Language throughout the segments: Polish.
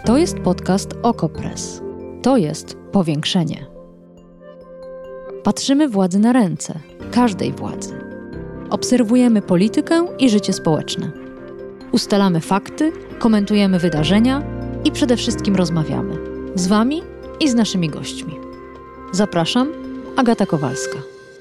To jest podcast Okopres. To jest powiększenie. Patrzymy władzy na ręce, każdej władzy. Obserwujemy politykę i życie społeczne. Ustalamy fakty, komentujemy wydarzenia i przede wszystkim rozmawiamy. Z Wami i z naszymi gośćmi. Zapraszam, Agata Kowalska.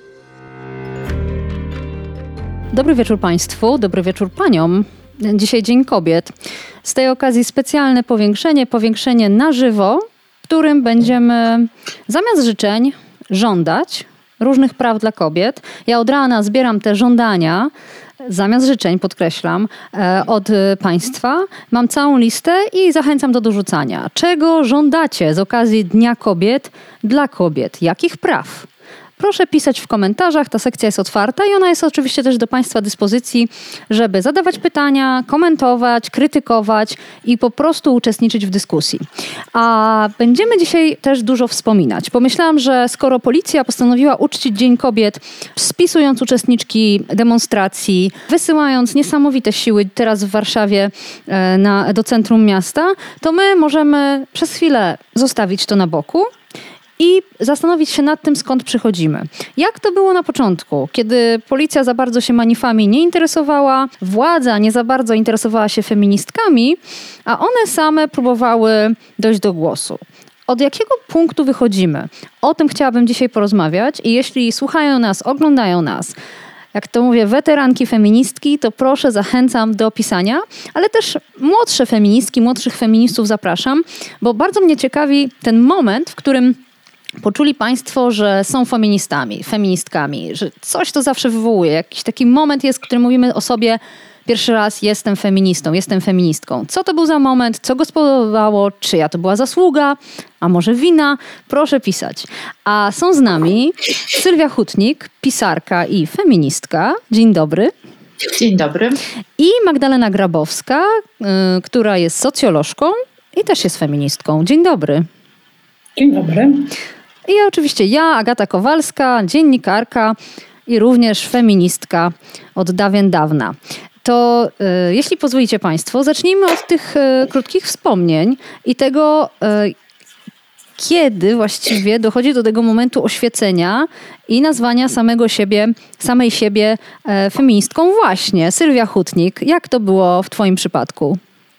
Dobry wieczór Państwu, dobry wieczór Paniom. Dzisiaj Dzień Kobiet. Z tej okazji specjalne powiększenie na żywo, w którym będziemy zamiast życzeń żądać różnych praw dla kobiet. Ja od rana zbieram te żądania, zamiast życzeń, podkreślam, od Państwa. Mam całą listę i zachęcam do dorzucania. Czego żądacie z okazji Dnia Kobiet dla kobiet? Jakich praw? Proszę pisać w komentarzach, ta sekcja jest otwarta i ona jest oczywiście też do Państwa dyspozycji, żeby zadawać pytania, komentować, krytykować i po prostu uczestniczyć w dyskusji. A będziemy dzisiaj też dużo wspominać. Pomyślałam, że skoro policja postanowiła uczcić Dzień Kobiet, spisując uczestniczki demonstracji, wysyłając niesamowite siły teraz w Warszawie do centrum miasta, to my możemy przez chwilę zostawić to na boku i zastanowić się nad tym, skąd przychodzimy. Jak to było na początku, kiedy policja za bardzo się manifami nie interesowała, władza nie za bardzo interesowała się feministkami, a one same próbowały dojść do głosu. Od jakiego punktu wychodzimy? O tym chciałabym dzisiaj porozmawiać i jeśli słuchają nas, oglądają nas, jak to mówię, weteranki feministki, to proszę, zachęcam do pisania, ale też młodsze feministki, młodszych feministów zapraszam, bo bardzo mnie ciekawi ten moment, w którym poczuli Państwo, że są feministkami, że coś to zawsze wywołuje. Jakiś taki moment jest, w którym mówimy o sobie pierwszy raz jestem feministą, jestem feministką. Co to był za moment? Co go spowodowało? Czyja to była zasługa? A może wina? Proszę pisać. A są z nami Sylwia Hutnik, pisarka i feministka. Dzień dobry. Dzień dobry. I Magdalena Grabowska, która jest socjolożką i też jest feministką. Dzień dobry. Dzień dobry. I oczywiście ja, Agata Kowalska, dziennikarka i również feministka od dawien dawna. To jeśli pozwolicie Państwo, zacznijmy od tych krótkich wspomnień i tego, kiedy właściwie dochodzi do tego momentu oświecenia i nazwania samej siebie feministką właśnie. Sylwia Hutnik, jak to było w Twoim przypadku?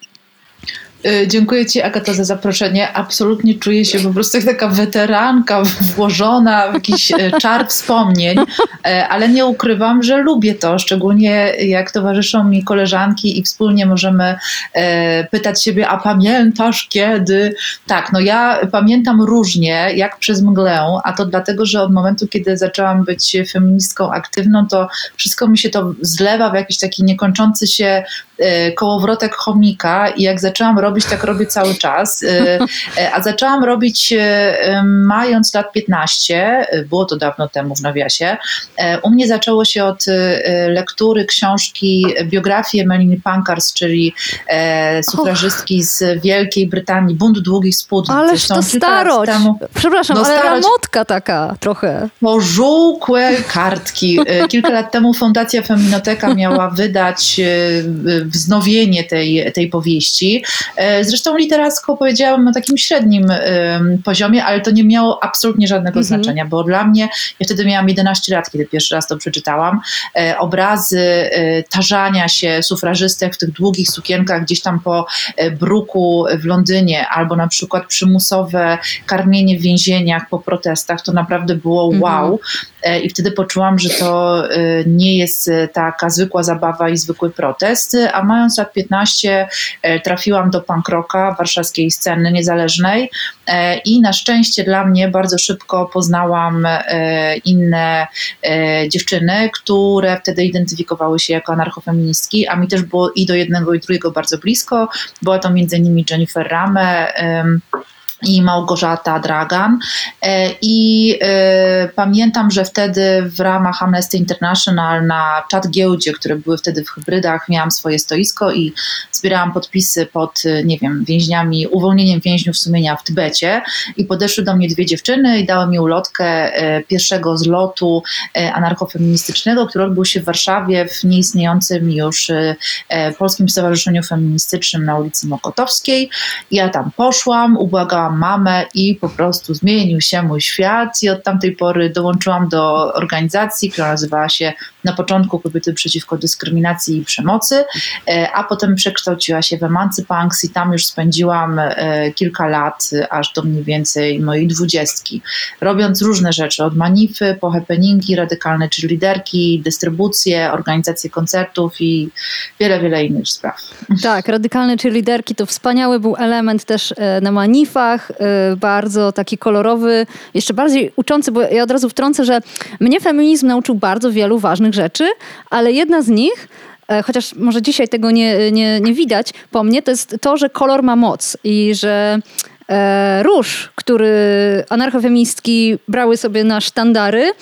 Dziękuję Ci, Agato, za zaproszenie. Absolutnie czuję się po prostu jak taka weteranka włożona w jakiś czar wspomnień, ale nie ukrywam, że lubię to, szczególnie jak towarzyszą mi koleżanki i wspólnie możemy pytać siebie, a pamiętasz kiedy? Tak, no ja pamiętam różnie, jak przez mgłę, a to dlatego, że od momentu, kiedy zaczęłam być feministką aktywną, to wszystko mi się to zlewa w jakiś taki niekończący się kołowrotek chomika i jak zaczęłam robić, tak robię cały czas, a zaczęłam robić mając lat 15, było to dawno temu w nawiasie. U mnie zaczęło się od lektury książki biografii Melanie Pankhurst, czyli sufrażystki z Wielkiej Brytanii, Bunt długich spódnic. Ależ to starość. Przepraszam, ale starość, ramotka taka trochę. Pożółkłe kartki. Kilka lat temu Fundacja Feminoteka miała wydać wznowienie tej powieści. Zresztą literacko powiedziałam na takim średnim poziomie, ale to nie miało absolutnie żadnego znaczenia, bo dla mnie, ja wtedy miałam 11 lat, kiedy pierwszy raz to przeczytałam, obrazy tarzania się sufrażystek w tych długich sukienkach gdzieś tam po bruku w Londynie, albo na przykład przymusowe karmienie w więzieniach po protestach, to naprawdę było wow. I wtedy poczułam, że to nie jest taka zwykła zabawa i zwykły protest, a mając lat 15 trafiłam do punk rocka, warszawskiej sceny niezależnej i na szczęście dla mnie bardzo szybko poznałam inne dziewczyny, które wtedy identyfikowały się jako anarchofeministki, a mi też było i do jednego i drugiego bardzo blisko. Była to między innymi Jennifer Rame, i Małgorzata Dragan. I pamiętam, że wtedy w ramach Amnesty International na czat giełdzie, które były wtedy w hybrydach, miałam swoje stoisko i zbierałam podpisy pod, więźniami, uwolnieniem więźniów sumienia w Tybecie i podeszły do mnie dwie dziewczyny i dały mi ulotkę pierwszego zlotu anarchofeministycznego, który odbył się w Warszawie w nieistniejącym już Polskim Stowarzyszeniu Feministycznym na ulicy Mokotowskiej. Ja tam poszłam, ubłagałam mamę i po prostu zmienił się mój świat i od tamtej pory dołączyłam do organizacji, która nazywała się na początku Kobiety Przeciwko Dyskryminacji i Przemocy, a potem przekształciła się w Emancypunks i tam już spędziłam kilka lat, aż do mniej więcej mojej 20, robiąc różne rzeczy, od manify po happeningi, radykalne cheerleaderki, dystrybucje, organizację koncertów i wiele innych spraw. Tak, radykalne cheerleaderki to wspaniały był element też na manifach, bardzo taki kolorowy, jeszcze bardziej uczący, bo ja od razu wtrącę, że mnie feminizm nauczył bardzo wielu ważnych rzeczy, ale jedna z nich, chociaż może dzisiaj tego nie widać po mnie, to jest to, że kolor ma moc i że róż, który anarchofeministki brały sobie na sztandary,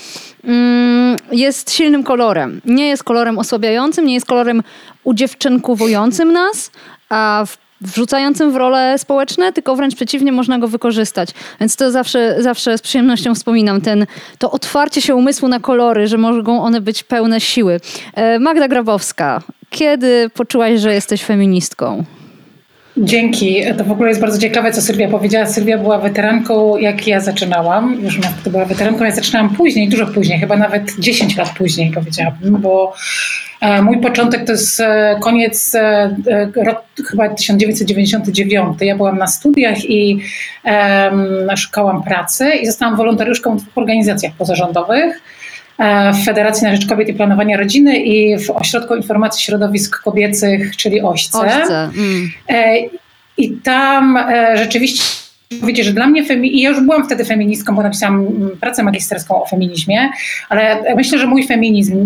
jest silnym kolorem. Nie jest kolorem osłabiającym, nie jest kolorem udziewczynkowującym nas, a wrzucającym w role społeczne, tylko wręcz przeciwnie, można go wykorzystać. Więc to zawsze z przyjemnością wspominam to otwarcie się umysłu na kolory, że mogą one być pełne siły. Magda Grabowska, kiedy poczułaś, że jesteś feministką? Dzięki. To w ogóle jest bardzo ciekawe, co Sylwia powiedziała. Sylwia była weteranką, jak ja zaczynałam. Już to była weteranką, ja zaczynałam później, dużo później, chyba nawet 10 lat później powiedziałabym, bo mój początek to jest koniec roku chyba 1999. Ja byłam na studiach i szukałam pracy i zostałam wolontariuszką w 2 organizacjach pozarządowych. W Federacji na Rzecz Kobiet i Planowania Rodziny i w Ośrodku Informacji Środowisk Kobiecych, czyli OŚCE. I tam rzeczywiście powiedzieć, że dla mnie i ja już byłam wtedy feministką, bo napisałam pracę magisterską o feminizmie, ale myślę, że mój feminizm,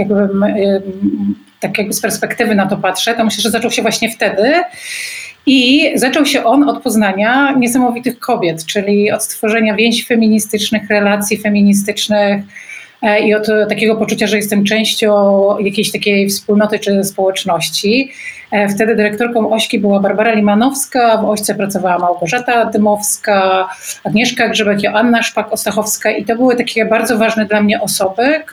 tak jakby z perspektywy na to patrzę, to myślę, że zaczął się właśnie wtedy. I zaczął się on od poznania niesamowitych kobiet, czyli od stworzenia więzi feministycznych, relacji feministycznych, i od takiego poczucia, że jestem częścią jakiejś takiej wspólnoty czy społeczności. Wtedy dyrektorką Ośki była Barbara Limanowska, w Ośce pracowała Małgorzata Dymowska, Agnieszka Grzybek, Joanna Szpak-Ostachowska i to były takie bardzo ważne dla mnie osoby,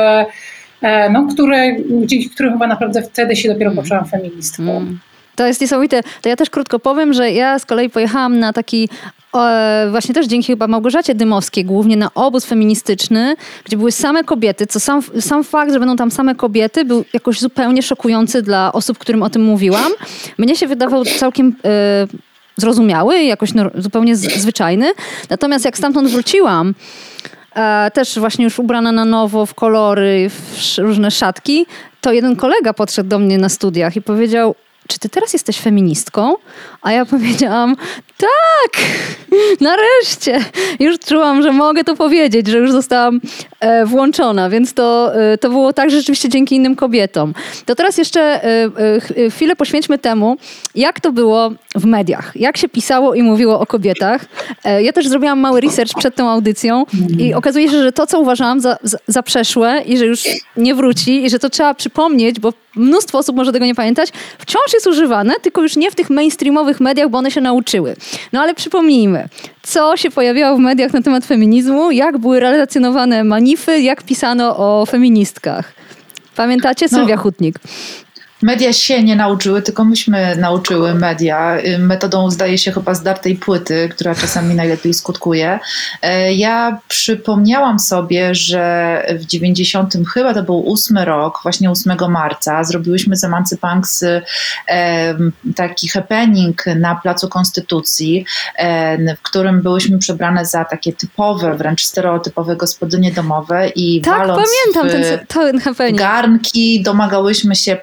dzięki którym chyba naprawdę wtedy się dopiero poczułam feministką. To jest niesamowite. To ja też krótko powiem, że ja z kolei pojechałam na taki właśnie też dzięki chyba Małgorzacie Dymowskiej głównie na obóz feministyczny, gdzie były same kobiety, co sam fakt, że będą tam same kobiety był jakoś zupełnie szokujący dla osób, którym o tym mówiłam. Mnie się wydawał całkiem zrozumiały, jakoś zupełnie zwyczajny. Natomiast jak stamtąd wróciłam, też właśnie już ubrana na nowo w kolory, w różne szatki, to jeden kolega podszedł do mnie na studiach i powiedział: czy ty teraz jesteś feministką? A ja powiedziałam: tak, nareszcie. Już czułam, że mogę to powiedzieć, że już zostałam włączona, więc to było tak, że rzeczywiście dzięki innym kobietom. To teraz jeszcze chwilę poświęćmy temu, jak to było w mediach. Jak się pisało i mówiło o kobietach. Ja też zrobiłam mały research przed tą audycją i okazuje się, że to, co uważałam za przeszłe i że już nie wróci i że to trzeba przypomnieć, bo mnóstwo osób może tego nie pamiętać, wciąż jest używane, tylko już nie w tych mainstreamowych mediach, bo one się nauczyły. No ale przypomnijmy, co się pojawiało w mediach na temat feminizmu, jak były relacjonowane manify, jak pisano o feministkach. Pamiętacie? Sylwia Hutnik. Media się nie nauczyły, tylko myśmy nauczyły media metodą, zdaje się, chyba zdartej płyty, która czasami najlepiej skutkuje. Ja przypomniałam sobie, że w 90 chyba to był 8 rok, właśnie 8 marca, zrobiłyśmy z Emancypunks taki happening na Placu Konstytucji, w którym byłyśmy przebrane za takie typowe, wręcz stereotypowe gospodynie domowe i tak, waląc pamiętam ten happening. garnki domagałyśmy się praw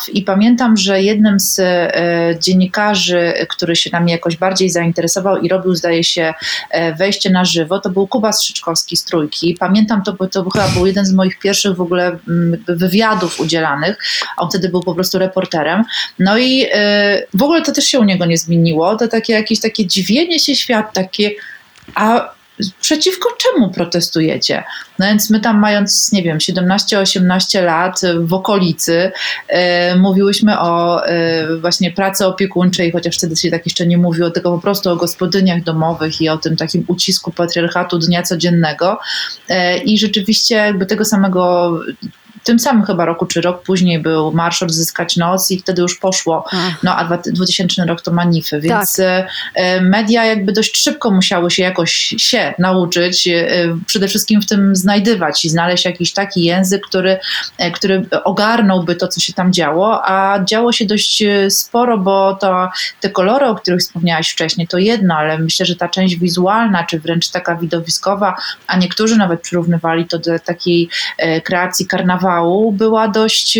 spraw i pamiętam, że jednym z dziennikarzy, który się nami jakoś bardziej zainteresował i robił, zdaje się, wejście na żywo, to był Kuba Strzyczkowski z Trójki. Pamiętam, to chyba był jeden z moich pierwszych w ogóle wywiadów udzielanych. On wtedy był po prostu reporterem. No i w ogóle to też się u niego nie zmieniło. To jakieś takie dziwienie się świat, takie, a przeciwko czemu protestujecie? No więc my tam mając, nie wiem, 17-18 lat w okolicy mówiłyśmy o właśnie pracy opiekuńczej, chociaż wtedy się tak jeszcze nie mówiło, tylko po prostu o gospodyniach domowych i o tym takim ucisku patriarchatu dnia codziennego. I rzeczywiście jakby tego samego w tym samym chyba roku, czy rok później był Marsz Odzyskać Noc i wtedy już poszło. No a 2000 rok to Manify, więc media jakby dość szybko musiały się jakoś nauczyć, przede wszystkim w tym znajdywać i znaleźć jakiś taki język, który ogarnąłby to, co się tam działo, a działo się dość sporo, bo te kolory, o których wspomniałaś wcześniej, to jedno, ale myślę, że ta część wizualna, czy wręcz taka widowiskowa, a niektórzy nawet przyrównywali to do takiej kreacji karnawału, była dość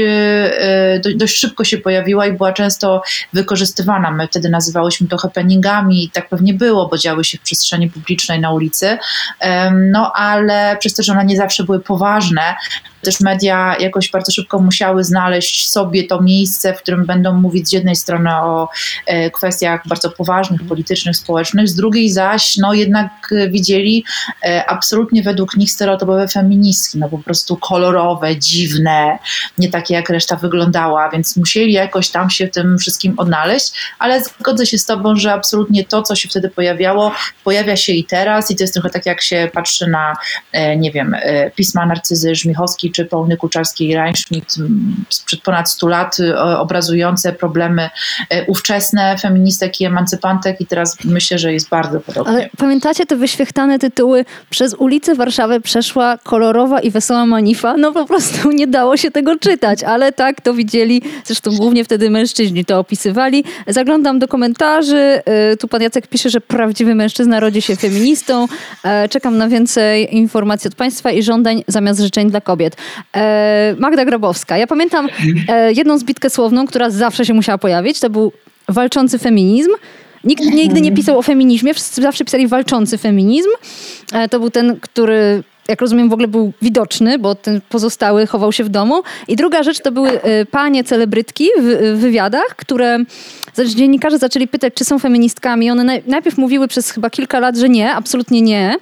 szybko się pojawiła i była często wykorzystywana. My wtedy nazywałyśmy to happeningami i tak pewnie było, bo działy się w przestrzeni publicznej na ulicy, no ale przez to, że one nie zawsze były poważne, też media jakoś bardzo szybko musiały znaleźć sobie to miejsce, w którym będą mówić z jednej strony o kwestiach bardzo poważnych, politycznych, społecznych, z drugiej zaś jednak widzieli absolutnie według nich stereotypowe feministki, po prostu kolorowe, dziwne, nie takie jak reszta wyglądała, więc musieli jakoś tam się w tym wszystkim odnaleźć, ale zgodzę się z tobą, że absolutnie to, co się wtedy pojawiało, pojawia się i teraz i to jest trochę tak, jak się patrzy na, nie wiem, pisma Narcyzy Żmichowskiej czy Pauliny Kuczarskiej-Reinschmidt sprzed ponad 100 lat obrazujące problemy ówczesne feministek i emancypantek i teraz myślę, że jest bardzo podobnie. Ale pamiętacie te wyświechtane tytuły? Przez ulicę Warszawy przeszła kolorowa i wesoła Manifa? No po prostu nie dało się tego czytać, ale tak to widzieli, zresztą głównie wtedy mężczyźni to opisywali. Zaglądam do komentarzy, tu pan Jacek pisze, że prawdziwy mężczyzna rodzi się feministą. Czekam na więcej informacji od państwa i żądań zamiast życzeń dla kobiet. Magda Grabowska. Ja pamiętam jedną zbitkę słowną, która zawsze się musiała pojawić. To był walczący feminizm. Nikt nigdy nie pisał o feminizmie, wszyscy zawsze pisali walczący feminizm. To był ten, który, jak rozumiem, w ogóle był widoczny, bo ten pozostały chował się w domu. I druga rzecz to były panie celebrytki w wywiadach, które dziennikarze zaczęli pytać, czy są feministkami. One najpierw mówiły przez chyba kilka lat, że nie, absolutnie nie.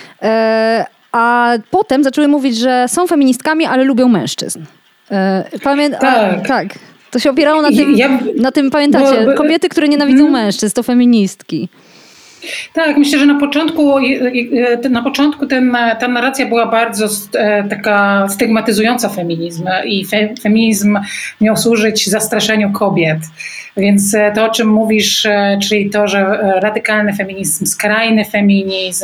A potem zaczęły mówić, że są feministkami, ale lubią mężczyzn. Tak. To się opierało na tym, pamiętacie, kobiety, które nienawidzą mężczyzn, to feministki. Tak, myślę, że na początku ta narracja była bardzo taka stygmatyzująca feminizm i feminizm miał służyć zastraszeniu kobiet. Więc to, o czym mówisz, czyli to, że radykalny feminizm, skrajny feminizm,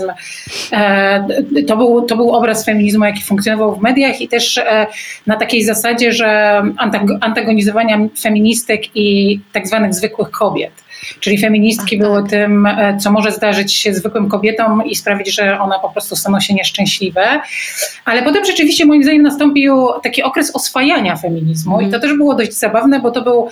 to był obraz feminizmu, jaki funkcjonował w mediach i też na takiej zasadzie, że antagonizowania feministek i tak zwanych zwykłych kobiet. Czyli feministki były tym, co może zdarzyć się zwykłym kobietom i sprawić, że one po prostu staną się nieszczęśliwe. Ale potem rzeczywiście moim zdaniem nastąpił taki okres oswajania feminizmu i to też było dość zabawne, bo to był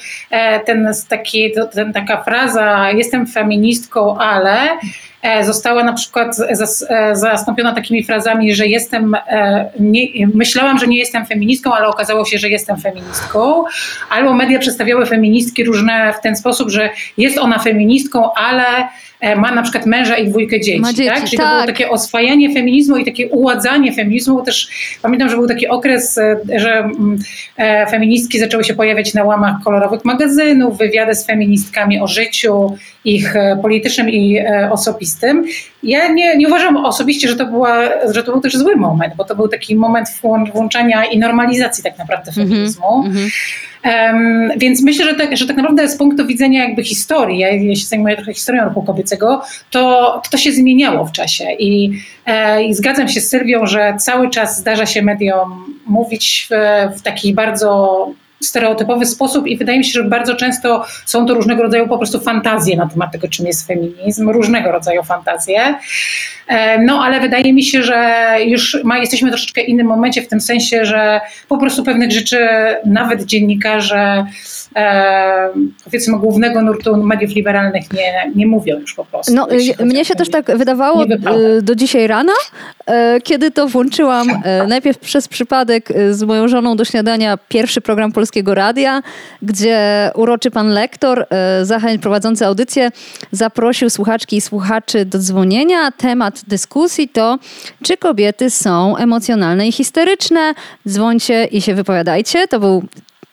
taka fraza jestem feministką, ale została na przykład zastąpiona takimi frazami, że myślałam, że nie jestem feministką, ale okazało się, że jestem feministką. Albo media przedstawiały feministki różne w ten sposób, że jest ona feministką, ale ma na przykład męża i 2 dzieci. Tak? Czyli to było takie oswajanie feminizmu i takie uładzanie feminizmu. Bo też pamiętam, że był taki okres, że feministki zaczęły się pojawiać na łamach kolorowych magazynów, wywiady z feministkami o życiu ich politycznym i osobistym. Ja nie uważam osobiście, że to był też zły moment, bo to był taki moment włączania i normalizacji tak naprawdę feminizmu. Więc myślę, że tak naprawdę z punktu widzenia jakby historii, ja się zajmuję trochę historią ruchu kobiecego, to się zmieniało w czasie i zgadzam się z Sylwią, że cały czas zdarza się mediom mówić w taki bardzo stereotypowy sposób i wydaje mi się, że bardzo często są to różnego rodzaju po prostu fantazje na temat tego, czym jest feminizm, różnego rodzaju fantazje. No ale wydaje mi się, że już jesteśmy w troszeczkę innym momencie, w tym sensie, że po prostu pewnych rzeczy nawet dziennikarze powiedzmy głównego nurtu mediów liberalnych nie mówią już po prostu. No, mnie się też tak wydawało do dzisiaj rana, kiedy to włączyłam najpierw przez przypadek z moją żoną do śniadania pierwszy program Polskiego Radia, gdzie uroczy pan lektor, prowadzący audycję, zaprosił słuchaczki i słuchaczy do dzwonienia. Temat dyskusji to, czy kobiety są emocjonalne i histeryczne. Dzwońcie i się wypowiadajcie. To był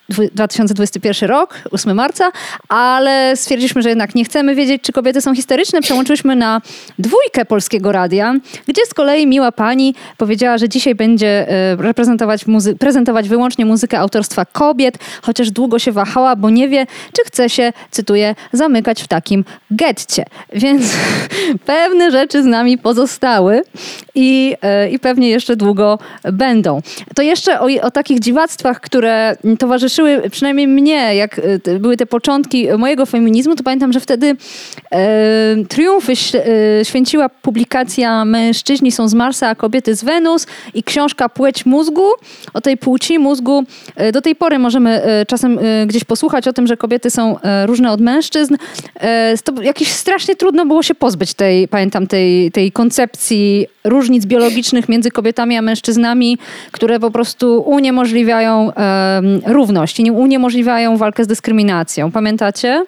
2021 rok, 8 marca, ale stwierdziliśmy, że jednak nie chcemy wiedzieć, czy kobiety są histeryczne. Przełączyliśmy na 2 Polskiego Radia, gdzie z kolei miła pani powiedziała, że dzisiaj będzie prezentować wyłącznie muzykę autorstwa kobiet, chociaż długo się wahała, bo nie wie, czy chce się, cytuję, zamykać w takim getcie. Więc pewne rzeczy z nami pozostały i pewnie jeszcze długo będą. To jeszcze o takich dziwactwach, które towarzyszyły przynajmniej mnie, jak były te początki mojego feminizmu, to pamiętam, że wtedy triumfy święciła publikacja Mężczyźni są z Marsa, a kobiety z Wenus i książka Płeć mózgu. O tej płci mózgu do tej pory możemy czasem gdzieś posłuchać o tym, że kobiety są różne od mężczyzn. To jakieś strasznie trudno było się pozbyć tej koncepcji różnic biologicznych między kobietami a mężczyznami, które po prostu uniemożliwiają równość i uniemożliwiają walkę z dyskryminacją. Pamiętacie?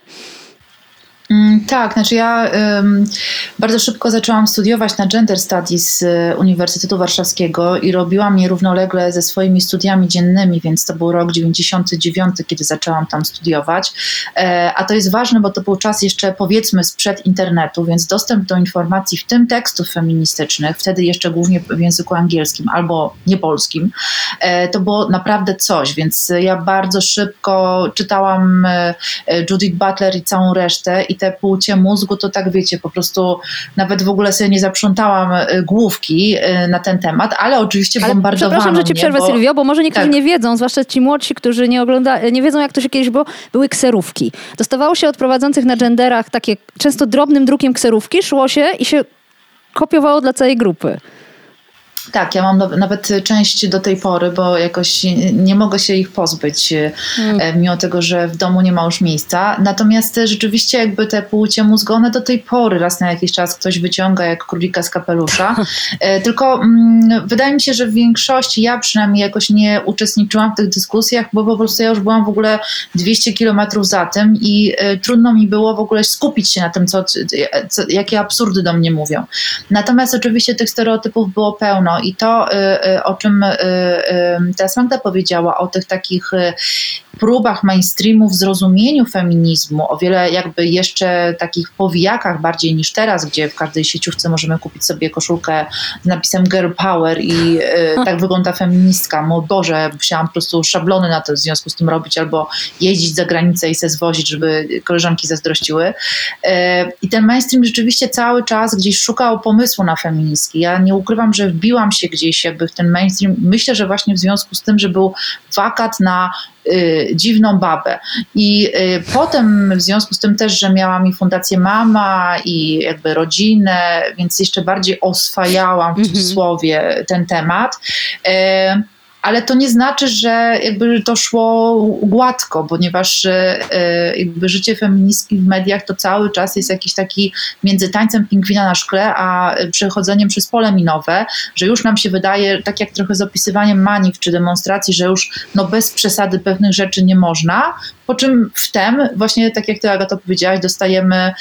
Tak, znaczy ja bardzo szybko zaczęłam studiować na Gender Studies Uniwersytetu Warszawskiego i robiłam je równolegle ze swoimi studiami dziennymi, więc to był rok 99, kiedy zaczęłam tam studiować. A to jest ważne, bo to był czas jeszcze powiedzmy sprzed internetu, więc dostęp do informacji, w tym tekstów feministycznych, wtedy jeszcze głównie w języku angielskim albo niepolskim, to było naprawdę coś, więc ja bardzo szybko czytałam Judith Butler i całą resztę i te płcie mózgu, to tak wiecie, po prostu nawet w ogóle sobie nie zaprzątałam główki na ten temat, ale oczywiście bombardowano. Przepraszam, że ci przerwę, Sylwio, bo może niektórzy nie wiedzą, zwłaszcza ci młodsi, którzy nie wiedzą, jak to się kiedyś było, były kserówki. Dostawało się od prowadzących na genderach takie często drobnym drukiem kserówki, szło się i się kopiowało dla całej grupy. Tak, ja mam nawet część do tej pory, bo jakoś nie mogę się ich pozbyć, mimo tego, że w domu nie ma już miejsca. Natomiast rzeczywiście jakby te płcie mózgu, one do tej pory raz na jakiś czas ktoś wyciąga jak królika z kapelusza. Tylko wydaje mi się, że w większości, ja przynajmniej jakoś nie uczestniczyłam w tych dyskusjach, bo po prostu ja już byłam w ogóle 200 kilometrów za tym i trudno mi było w ogóle skupić się na tym, jakie absurdy do mnie mówią. Natomiast oczywiście tych stereotypów było pełno. I to, o czym teraz Magda powiedziała, o tych takich próbach mainstreamu w zrozumieniu feminizmu, o wiele jakby jeszcze takich powijakach bardziej niż teraz, gdzie w każdej sieciówce możemy kupić sobie koszulkę z napisem Girl Power i tak wygląda feministka. Mój Boże, musiałam po prostu szablony na to w związku z tym robić albo jeździć za granicę i se zwozić, żeby koleżanki zazdrościły. I ten mainstream rzeczywiście cały czas gdzieś szukał pomysłu na feministki. Ja nie ukrywam, że wbiłam się gdzieś jakby w ten mainstream. Myślę, że właśnie w związku z tym, że był wakat na dziwną babę. I potem w związku z tym też, że miałam i Fundację Mama i jakby rodzinę, więc jeszcze bardziej oswajałam w cudzysłowie ten temat. Ale to nie znaczy, że jakby to szło gładko, ponieważ jakby życie feministki w mediach to cały czas jest jakiś taki między tańcem pingwina na szkle, a przechodzeniem przez pole minowe, że już nam się wydaje, tak jak trochę z opisywaniem manif czy demonstracji, że już bez przesady pewnych rzeczy nie można, po czym wtem, właśnie tak jak ty, Agato, powiedziałaś, dostajemy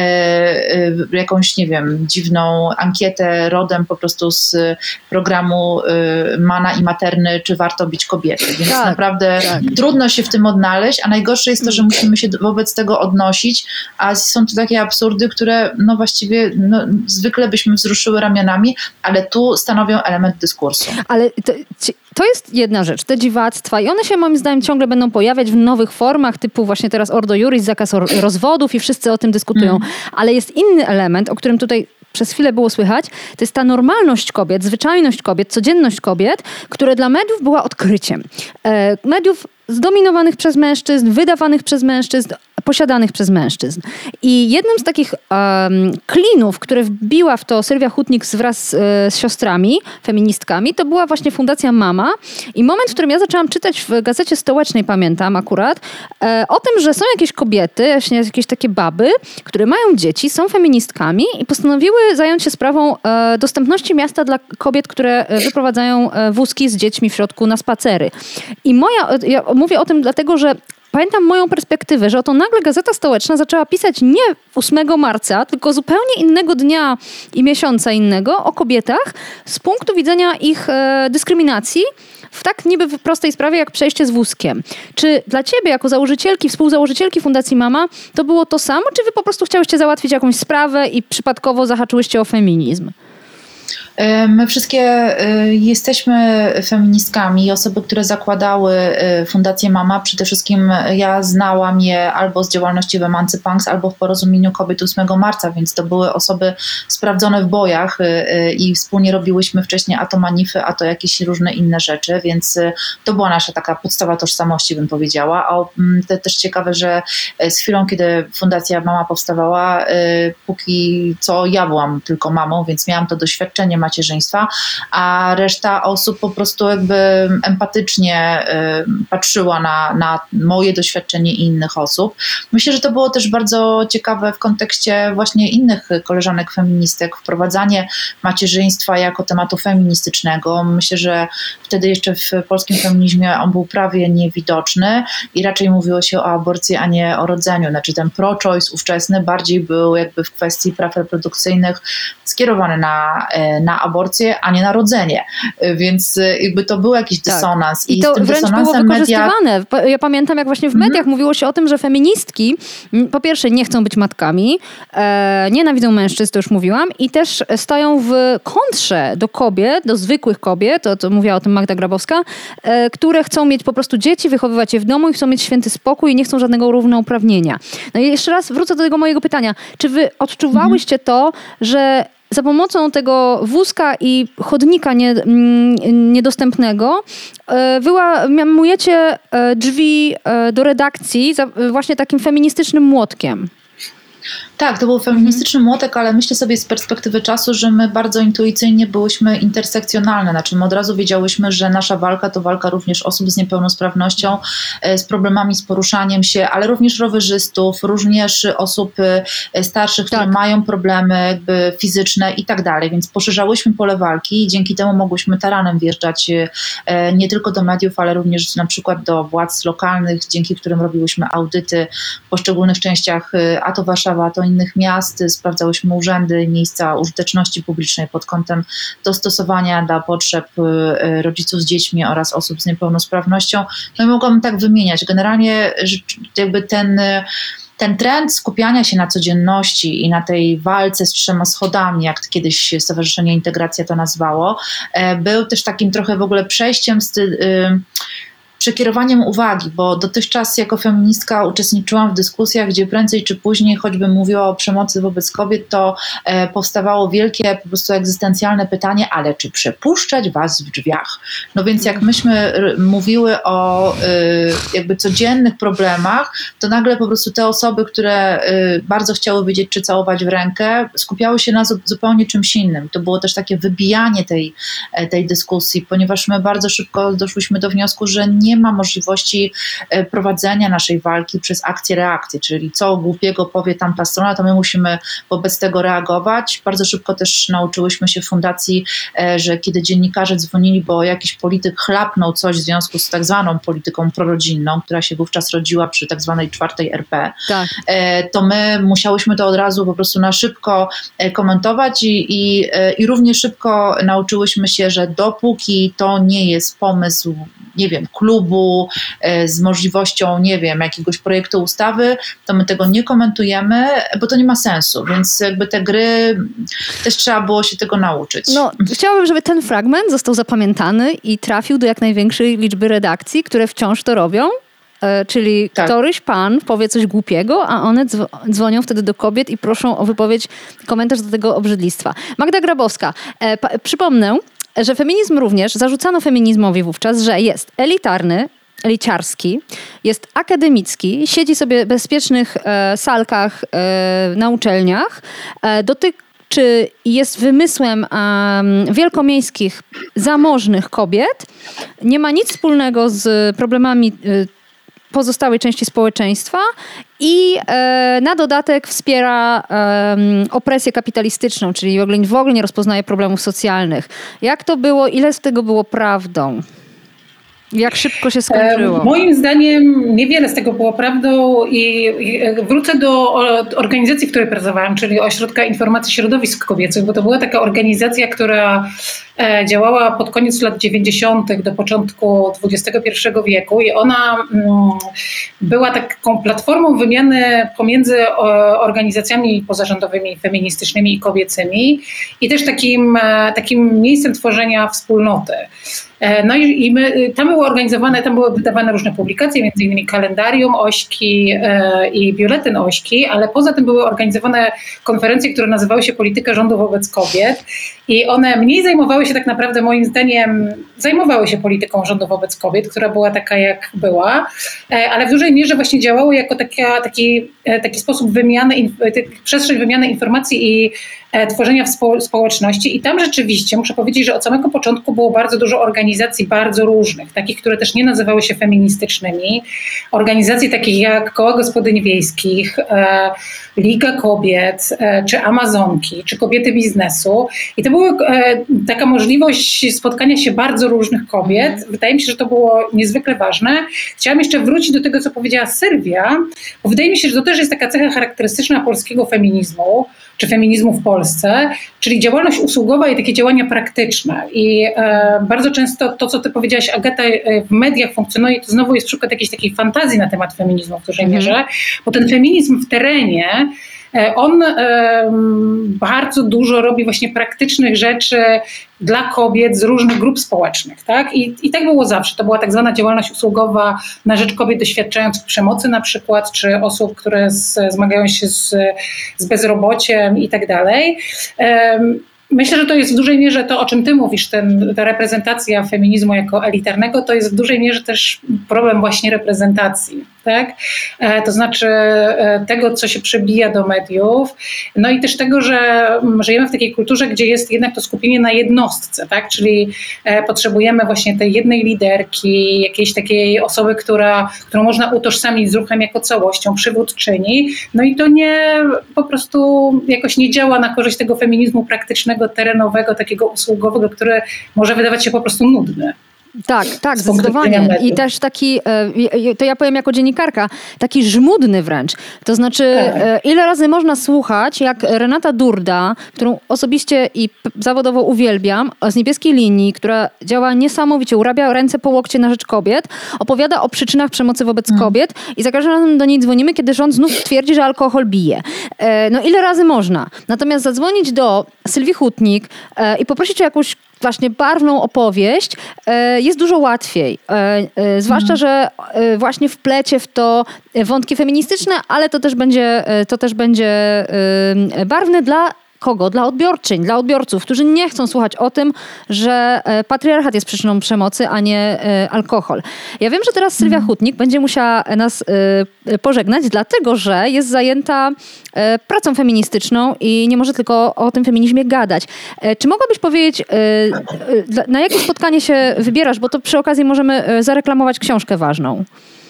jakąś, nie wiem, dziwną ankietę rodem po prostu z programu Mana i Materny, czy warto bić kobiety. Więc naprawdę trudno się w tym odnaleźć, a najgorsze jest to, że musimy się wobec tego odnosić, a są to takie absurdy, które właściwie zwykle byśmy wzruszyły ramionami, ale tu stanowią element dyskursu. Ale to jest jedna rzecz, te dziwactwa i one się moim zdaniem ciągle będą pojawiać w nowych formach, typu właśnie teraz Ordo Iuris, zakaz rozwodów i wszyscy o tym dyskutują. Ale jest inny element, o którym tutaj przez chwilę było słychać, to jest ta normalność kobiet, zwyczajność kobiet, codzienność kobiet, które dla mediów była odkryciem. Mediów zdominowanych przez mężczyzn, wydawanych przez mężczyzn, posiadanych przez mężczyzn. I jednym z takich klinów, które wbiła w to Sylwia Hutnik wraz z siostrami, feministkami, to była właśnie Fundacja Mama. I moment, w którym ja zaczęłam czytać w Gazecie Stołecznej, pamiętam akurat, o tym, że są jakieś kobiety, właśnie jakieś takie baby, które mają dzieci, są feministkami i postanowiły zająć się sprawą dostępności miasta dla kobiet, które wyprowadzają wózki z dziećmi w środku na spacery. I ja mówię o tym dlatego, że pamiętam moją perspektywę, że oto nagle Gazeta Stołeczna zaczęła pisać nie 8 marca, tylko zupełnie innego dnia i miesiąca innego o kobietach z punktu widzenia ich dyskryminacji w tak niby prostej sprawie jak przejście z wózkiem. Czy dla ciebie jako założycielki, współzałożycielki Fundacji Mama to było to samo, czy wy po prostu chciałyście załatwić jakąś sprawę i przypadkowo zahaczyłyście o feminizm? My wszystkie jesteśmy feministkami. Osoby, które zakładały Fundację Mama, przede wszystkim ja znałam je albo z działalności w Emancypunks, albo w Porozumieniu Kobiet 8 marca, więc to były osoby sprawdzone w bojach i wspólnie robiłyśmy wcześniej a to manify, a to jakieś różne inne rzeczy, więc to była nasza taka podstawa tożsamości, bym powiedziała. A też ciekawe, że z chwilą, kiedy Fundacja Mama powstawała, póki co ja byłam tylko mamą, więc miałam to doświadczenie macierzyństwa, a reszta osób po prostu jakby empatycznie patrzyła na moje doświadczenie i innych osób. Myślę, że to było też bardzo ciekawe w kontekście właśnie innych koleżanek feministek, wprowadzanie macierzyństwa jako tematu feministycznego. Myślę, że wtedy jeszcze w polskim feminizmie on był prawie niewidoczny i raczej mówiło się o aborcji, a nie o rodzeniu. Znaczy ten pro-choice ówczesny bardziej był jakby w kwestii praw reprodukcyjnych skierowany na aborcję, a nie narodzenie. Więc jakby to był jakiś dysonans. I to wręcz było wykorzystywane. Ja pamiętam, jak właśnie w mediach mówiło się o tym, że feministki po pierwsze nie chcą być matkami, nienawidzą mężczyzn, to już mówiłam, i też stoją w kontrze do kobiet, do zwykłych kobiet, to mówiła o tym Magda Grabowska, które chcą mieć po prostu dzieci, wychowywać je w domu i chcą mieć święty spokój i nie chcą żadnego równouprawnienia. No i jeszcze raz wrócę do tego mojego pytania. Czy wy odczuwałyście to, że za pomocą tego wózka i chodnika niedostępnego wyłamujecie drzwi do redakcji właśnie takim feministycznym młotkiem? Tak, to był feministyczny młotek, ale myślę sobie z perspektywy czasu, że my bardzo intuicyjnie byłyśmy intersekcjonalne. Znaczy my od razu wiedziałyśmy, że nasza walka to walka również osób z niepełnosprawnością, z problemami z poruszaniem się, ale również rowerzystów, również osób starszych, które mają problemy jakby fizyczne i tak dalej. Więc poszerzałyśmy pole walki i dzięki temu mogłyśmy taranem wjeżdżać nie tylko do mediów, ale również na przykład do władz lokalnych, dzięki którym robiłyśmy audyty w poszczególnych częściach, a to Warszawa, a to innych miast, sprawdzałyśmy urzędy, miejsca użyteczności publicznej pod kątem dostosowania dla potrzeb rodziców z dziećmi oraz osób z niepełnosprawnością. No i mogłabym tak wymieniać. Generalnie jakby ten trend skupiania się na codzienności i na tej walce z 3 schodami, jak kiedyś Stowarzyszenie Integracja to nazwało, był też takim trochę w ogóle przejściem przekierowaniem uwagi, bo dotychczas jako feministka uczestniczyłam w dyskusjach, gdzie prędzej czy później, choćbym mówiła o przemocy wobec kobiet, to powstawało wielkie po prostu egzystencjalne pytanie, ale czy przepuszczać was w drzwiach? No więc jak myśmy mówiły o jakby codziennych problemach, to nagle po prostu te osoby, które bardzo chciały wiedzieć, czy całować w rękę, skupiały się na zupełnie czymś innym. To było też takie wybijanie tej dyskusji, ponieważ my bardzo szybko doszłyśmy do wniosku, że nie ma możliwości prowadzenia naszej walki przez akcję-reakcję, czyli co głupiego powie tamta strona, to my musimy wobec tego reagować. Bardzo szybko też nauczyłyśmy się w fundacji, że kiedy dziennikarze dzwonili, bo jakiś polityk chlapnął coś w związku z tak zwaną polityką prorodzinną, która się wówczas rodziła przy tak zwanej 4. RP, to my musiałyśmy to od razu po prostu na szybko komentować i równie szybko nauczyłyśmy się, że dopóki to nie jest pomysł, nie wiem, klubu z możliwością, nie wiem, jakiegoś projektu ustawy, to my tego nie komentujemy, bo to nie ma sensu, więc jakby te gry też trzeba było się tego nauczyć. No, chciałabym, żeby ten fragment został zapamiętany i trafił do jak największej liczby redakcji, które wciąż to robią. Czyli któryś pan powie coś głupiego, a one dzwonią wtedy do kobiet i proszą o wypowiedź, komentarz do tego obrzydlistwa. Magda Grabowska, przypomnę, że feminizm również, zarzucano feminizmowi wówczas, że jest elitarny, liciarski, jest akademicki, siedzi sobie w bezpiecznych salkach na uczelniach, dotyczy i jest wymysłem wielkomiejskich, zamożnych kobiet, nie ma nic wspólnego z problemami pozostałej części społeczeństwa i na dodatek wspiera opresję kapitalistyczną, czyli w ogóle nie rozpoznaje problemów socjalnych. Jak to było? Ile z tego było prawdą? Jak szybko się skończyło? Moim zdaniem niewiele z tego było prawdą i wrócę do organizacji, w której pracowałam, czyli Ośrodka Informacji Środowisk Kobiecych, bo to była taka organizacja, która działała pod koniec lat 90. do początku XXI wieku i ona była taką platformą wymiany pomiędzy organizacjami pozarządowymi, feministycznymi i kobiecymi i też takim miejscem tworzenia wspólnoty. No i tam były wydawane różne publikacje, między innymi kalendarium Ośki i biuletyn Ośki, ale poza tym były organizowane konferencje, które nazywały się Polityka rządu wobec kobiet i one mniej zajmowały się tak naprawdę, moim zdaniem, polityką rządu wobec kobiet, która była taka jak była, ale w dużej mierze właśnie działały jako taki sposób przestrzeń wymiany informacji i tworzenia społeczności i tam rzeczywiście muszę powiedzieć, że od samego początku było bardzo dużo organizacji bardzo różnych, takich, które też nie nazywały się feministycznymi, organizacji takich jak Koła Gospodyń Wiejskich, Liga Kobiet, czy Amazonki, czy Kobiety Biznesu i to była taka możliwość spotkania się bardzo różnych kobiet. Wydaje mi się, że to było niezwykle ważne. Chciałam jeszcze wrócić do tego, co powiedziała Sylwia, bo wydaje mi się, że to też jest taka cecha charakterystyczna polskiego feminizmu, czy feminizmu w Polsce, czyli działalność usługowa i takie działania praktyczne. I bardzo często to, co ty powiedziałaś, Agata, w mediach funkcjonuje, to znowu jest przykład jakiejś takiej fantazji na temat feminizmu w dużej mierze, bo ten feminizm w terenie, on bardzo dużo robi właśnie praktycznych rzeczy dla kobiet z różnych grup społecznych. Tak? I tak było zawsze. To była tak zwana działalność usługowa na rzecz kobiet doświadczających przemocy na przykład, czy osób, które zmagają się z bezrobociem i tak dalej. Myślę, że to jest w dużej mierze to, o czym ty mówisz, ta reprezentacja feminizmu jako elitarnego, to jest w dużej mierze też problem właśnie reprezentacji, tak? To znaczy tego, co się przebija do mediów, no i też tego, że żyjemy w takiej kulturze, gdzie jest jednak to skupienie na jednostce, tak? Czyli potrzebujemy właśnie tej jednej liderki, jakiejś takiej osoby, którą można utożsamić z ruchem jako całością, przywódczyni, no i to po prostu jakoś nie działa na korzyść tego feminizmu praktycznego, terenowego, takiego usługowego, który może wydawać się po prostu nudny. Tak, zdecydowanie. I też taki, to ja powiem jako dziennikarka, taki żmudny wręcz. To znaczy, ile razy można słuchać, jak Renata Durda, którą osobiście i zawodowo uwielbiam, z Niebieskiej Linii, która działa niesamowicie, urabia ręce po łokcie na rzecz kobiet, opowiada o przyczynach przemocy wobec kobiet i za każdym razem do niej dzwonimy, kiedy rząd znów twierdzi, że alkohol bije. No ile razy można? Natomiast zadzwonić do Sylwii Hutnik i poprosić o jakąś właśnie barwną opowieść jest dużo łatwiej. Zwłaszcza, że właśnie wplecie w to wątki feministyczne, ale to też będzie barwne dla kogo? Dla odbiorczyń, dla odbiorców, którzy nie chcą słuchać o tym, że patriarchat jest przyczyną przemocy, a nie alkohol. Ja wiem, że teraz Sylwia Hutnik będzie musiała nas pożegnać, dlatego że jest zajęta pracą feministyczną i nie może tylko o tym feminizmie gadać. Czy mogłabyś powiedzieć, na jakie spotkanie się wybierasz, bo to przy okazji możemy zareklamować książkę ważną.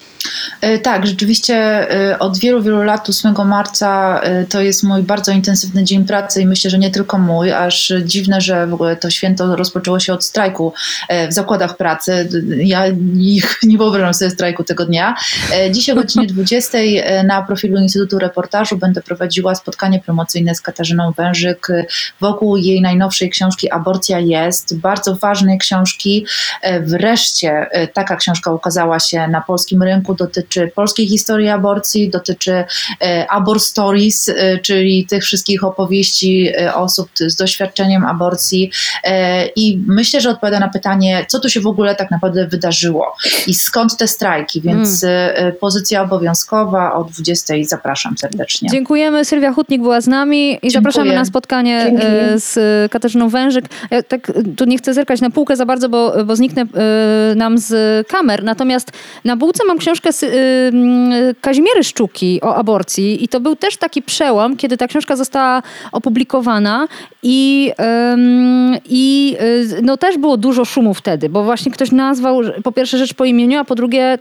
Tak, rzeczywiście od wielu, wielu lat 8 marca to jest mój bardzo intensywny dzień pracy i myślę, że nie tylko mój, aż dziwne, że w ogóle to święto rozpoczęło się od strajku w zakładach pracy. Ja nie wyobrażam sobie strajku tego dnia. Dziś o godzinie 20 na profilu Instytutu Reportażu będę prowadziła spotkanie promocyjne z Katarzyną Wężyk wokół jej najnowszej książki Aborcja jest. Bardzo ważnej książki. Wreszcie taka książka ukazała się na polskim rynku. roku dotyczy polskiej historii aborcji, dotyczy Abor Stories, czyli tych wszystkich opowieści osób z doświadczeniem aborcji i myślę, że odpowiada na pytanie, co tu się w ogóle tak naprawdę wydarzyło i skąd te strajki, więc pozycja obowiązkowa o 20:00 zapraszam serdecznie. Dziękujemy, Sylwia Hutnik była z nami i zapraszamy na spotkanie z Katarzyną Wężyk. Ja tak tu nie chcę zerkać na półkę za bardzo, bo zniknę nam z kamer, natomiast na półce mam książkę Kazimiery Szczuki o aborcji i to był też taki przełom, kiedy ta książka została opublikowana i no też było dużo szumu wtedy, bo właśnie ktoś nazwał po pierwsze rzecz po imieniu, a po drugie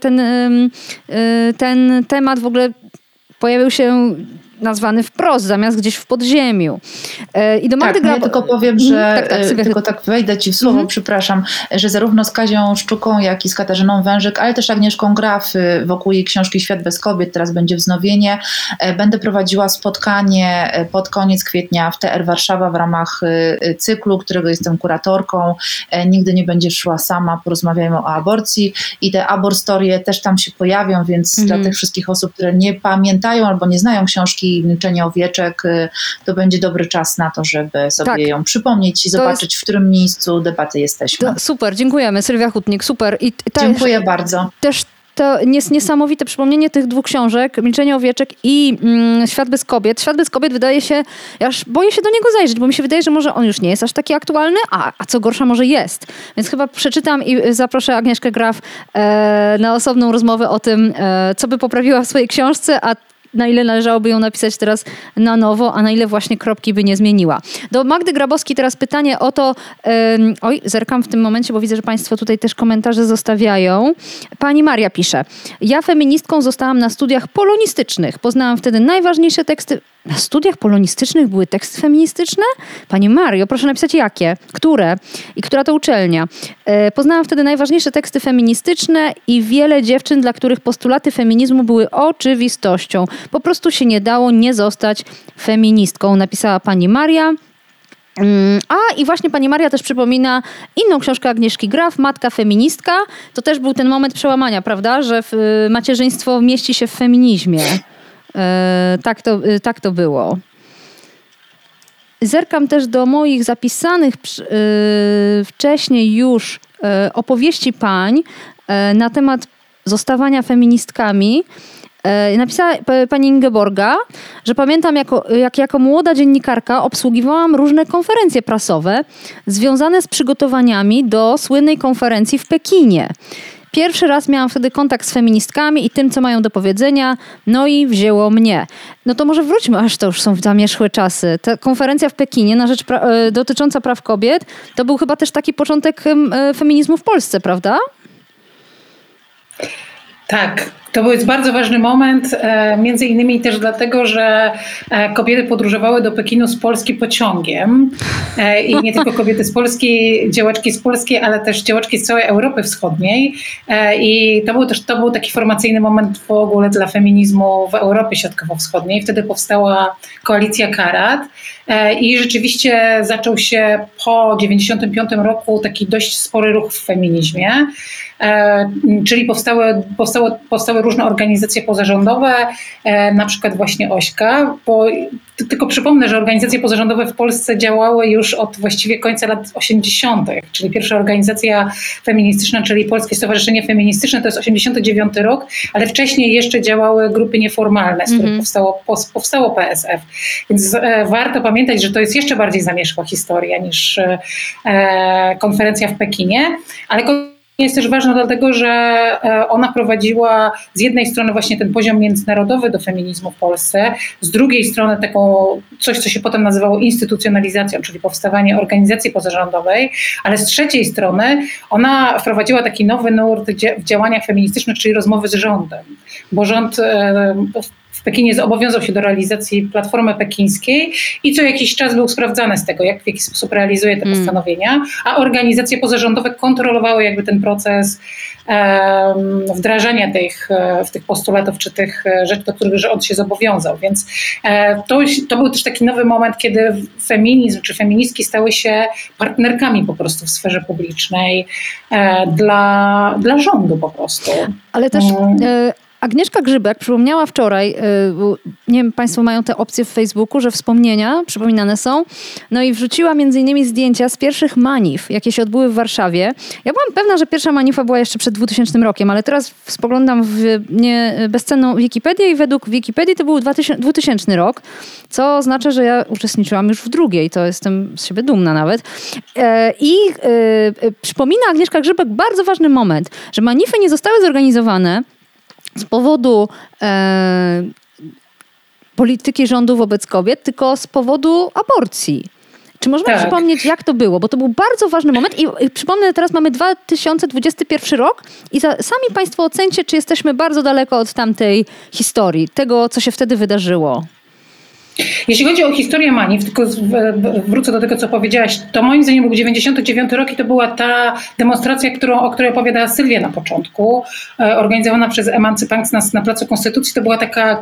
ten temat w ogóle pojawił się nazwany wprost, zamiast gdzieś w podziemiu. I do Magdy ja tylko powiem, że tylko tak wejdę ci w słowo, przepraszam, że zarówno z Kazią Szczuką, jak i z Katarzyną Wężyk, ale też Agnieszką Graf wokół jej książki Świat bez kobiet, teraz będzie wznowienie. Będę prowadziła spotkanie pod koniec kwietnia w TR Warszawa w ramach cyklu, którego jestem kuratorką. Nigdy nie będziesz szła sama, porozmawiajmy o aborcji i te aborstorie też tam się pojawią, więc dla tych wszystkich osób, które nie pamiętają albo nie znają książki Milczenie owieczek, to będzie dobry czas na to, żeby sobie ją przypomnieć i zobaczyć, w którym miejscu debaty jesteśmy. Super, dziękujemy. Sylwia Hutnik, super. Dziękuję bardzo. Też to jest niesamowite przypomnienie tych dwóch książek, Milczenie owieczek i Świat bez kobiet. Świat bez kobiet wydaje się, ja aż boję się do niego zajrzeć, bo mi się wydaje, że może on już nie jest aż taki aktualny, a co gorsza może jest. Więc chyba przeczytam i zaproszę Agnieszkę Graf na osobną rozmowę o tym, co by poprawiła w swojej książce, a na ile należałoby ją napisać teraz na nowo, a na ile właśnie kropki by nie zmieniła. Do Magdy Grabowskiej teraz pytanie o to, zerkam w tym momencie, bo widzę, że Państwo tutaj też komentarze zostawiają. Pani Maria pisze, ja feministką zostałam na studiach polonistycznych. Poznałam wtedy najważniejsze teksty. Na studiach polonistycznych były teksty feministyczne? Pani Mario, proszę napisać jakie, które i która to uczelnia. Poznałam wtedy najważniejsze teksty feministyczne i wiele dziewczyn, dla których postulaty feminizmu były oczywistością. Po prostu się nie dało nie zostać feministką, napisała pani Maria. I właśnie pani Maria też przypomina inną książkę Agnieszki Graf, Matka feministka. To też był ten moment przełamania, prawda, że macierzyństwo mieści się w feminizmie. Tak to było. Zerkam też do moich zapisanych wcześniej już opowieści pań na temat zostawania feministkami. Napisała pani Ingeborga, że pamiętam, jak jako młoda dziennikarka obsługiwałam różne konferencje prasowe związane z przygotowaniami do słynnej konferencji w Pekinie. Pierwszy raz miałam wtedy kontakt z feministkami i tym, co mają do powiedzenia, no i wzięło mnie. No to może wróćmy, aż to już są zamierzchłe czasy. Ta konferencja w Pekinie na rzecz dotycząca praw kobiet, to był chyba też taki początek feminizmu w Polsce, prawda? Tak, to był bardzo ważny moment, między innymi też dlatego, że kobiety podróżowały do Pekinu z Polski pociągiem i nie tylko kobiety z Polski, działaczki z Polski, ale też działaczki z całej Europy Wschodniej i to był taki formacyjny moment w ogóle dla feminizmu w Europie Środkowo-Wschodniej. Wtedy powstała koalicja Karat i rzeczywiście zaczął się po 1995 roku taki dość spory ruch w feminizmie. Czyli powstały różne organizacje pozarządowe, na przykład właśnie Ośka, bo tylko przypomnę, że organizacje pozarządowe w Polsce działały już od właściwie końca lat 80., czyli pierwsza organizacja feministyczna, czyli Polskie Stowarzyszenie Feministyczne, to jest 89 rok, ale wcześniej jeszcze działały grupy nieformalne, z których powstało PSF. Więc warto pamiętać, że to jest jeszcze bardziej zamierzchła historia niż konferencja w Pekinie, ale jest też ważna dlatego, że ona prowadziła z jednej strony właśnie ten poziom międzynarodowy do feminizmu w Polsce, z drugiej strony coś, co się potem nazywało instytucjonalizacją, czyli powstawanie organizacji pozarządowej, ale z trzeciej strony ona wprowadziła taki nowy nurt w działaniach feministycznych, czyli rozmowy z rządem, bo rząd w Pekinie zobowiązał się do realizacji platformy pekińskiej i co jakiś czas był sprawdzany z tego, w jaki sposób realizuje te postanowienia, a organizacje pozarządowe kontrolowały jakby ten proces wdrażania tych postulatów czy tych rzeczy, do których rząd się zobowiązał. Więc to był też taki nowy moment, kiedy feminizm czy feministki stały się partnerkami po prostu w sferze publicznej dla rządu po prostu. Ale też Agnieszka Grzybek przypomniała wczoraj, nie wiem, państwo mają te opcje w Facebooku, że wspomnienia przypominane są, no i wrzuciła między innymi zdjęcia z pierwszych manif, jakie się odbyły w Warszawie. Ja byłam pewna, że pierwsza manifa była jeszcze przed 2000 rokiem, ale teraz spoglądam w bezcenną Wikipedię i według Wikipedii to był 2000 rok, co oznacza, że ja uczestniczyłam już w drugiej, to jestem z siebie dumna nawet. I przypomina Agnieszka Grzybek bardzo ważny moment, że manify nie zostały zorganizowane z powodu polityki rządu wobec kobiet, tylko z powodu aborcji. Czy możemy przypomnieć, jak to było? Bo to był bardzo ważny moment i przypomnę, teraz mamy 2021 rok i sami państwo ocencie, czy jesteśmy bardzo daleko od tamtej historii, tego, co się wtedy wydarzyło. Jeśli chodzi o historię manif, tylko wrócę do tego, co powiedziałaś, to moim zdaniem był 99 rok i to była ta demonstracja, o której opowiadała Sylwia na początku, organizowana przez Emancypants na Placu Konstytucji. To była taka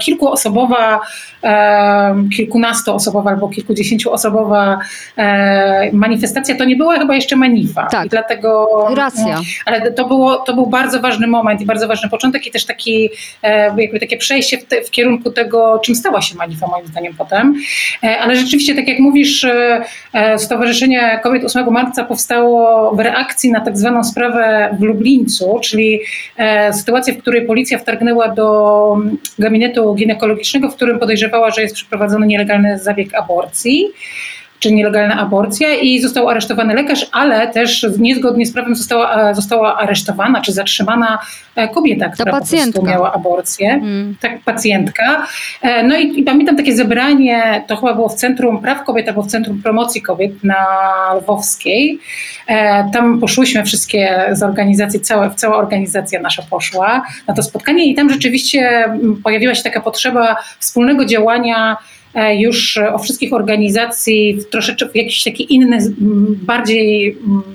kilkunastoosobowa albo kilkudziesięcioosobowa manifestacja. To nie była chyba jeszcze manifa. Tak, i dlatego, racja. Ale to był bardzo ważny moment i bardzo ważny początek i też takie przejście w kierunku tego, czym stała się manifa, moim zdaniem potem. Ale rzeczywiście, tak jak mówisz, Stowarzyszenie Kobiet 8 marca powstało w reakcji na tak zwaną sprawę w Lublińcu, czyli sytuację, w której policja wtargnęła do gabinetu ginekologicznego, w którym podejrzewała, że jest przeprowadzony nielegalny zabieg aborcji, czy nielegalna aborcja i został aresztowany lekarz, ale też niezgodnie z prawem została aresztowana czy zatrzymana kobieta, która po prostu miała aborcję. Tak, pacjentka. No i pamiętam takie zebranie, to chyba było w Centrum Praw Kobiet albo w Centrum Promocji Kobiet na Lwowskiej. Tam poszłyśmy wszystkie z organizacji, cała organizacja nasza poszła na to spotkanie i tam rzeczywiście pojawiła się taka potrzeba wspólnego działania już o wszystkich organizacji troszeczkę w jakiś taki inny, bardziej,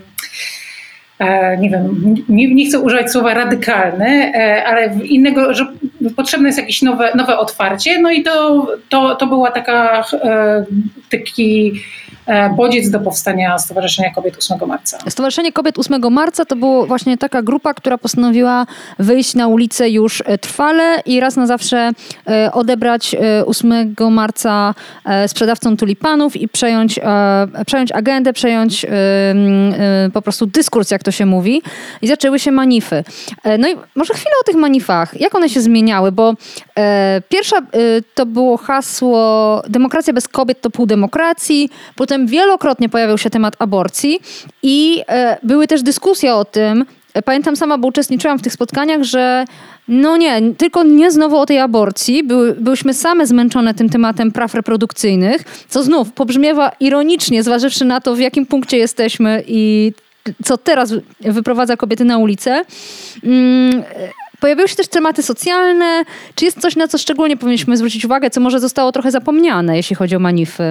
nie wiem, nie chcę używać słowa radykalny, ale innego, że potrzebne jest jakieś nowe otwarcie. No i to była taki bodziec do powstania Stowarzyszenia Kobiet 8 marca. Stowarzyszenie Kobiet 8 marca to była właśnie taka grupa, która postanowiła wyjść na ulicę już trwale i raz na zawsze odebrać 8 marca sprzedawcom tulipanów i przejąć agendę, przejąć po prostu dyskurs, jak to się mówi. I zaczęły się manify. No i może chwilę o tych manifach. Jak one się zmieniały? Bo pierwsza to było hasło demokracja bez kobiet to pół demokracji. Potem wielokrotnie pojawiał się temat aborcji i były też dyskusje o tym. Pamiętam sama, bo uczestniczyłam w tych spotkaniach, że no nie, tylko nie znowu o tej aborcji. Byłyśmy same zmęczone tym tematem praw reprodukcyjnych, co znów pobrzmiewa ironicznie, zważywszy na to, w jakim punkcie jesteśmy i co teraz wyprowadza kobiety na ulicę. Pojawiły się też tematy socjalne. Czy jest coś, na co szczególnie powinniśmy zwrócić uwagę, co może zostało trochę zapomniane, jeśli chodzi o manify?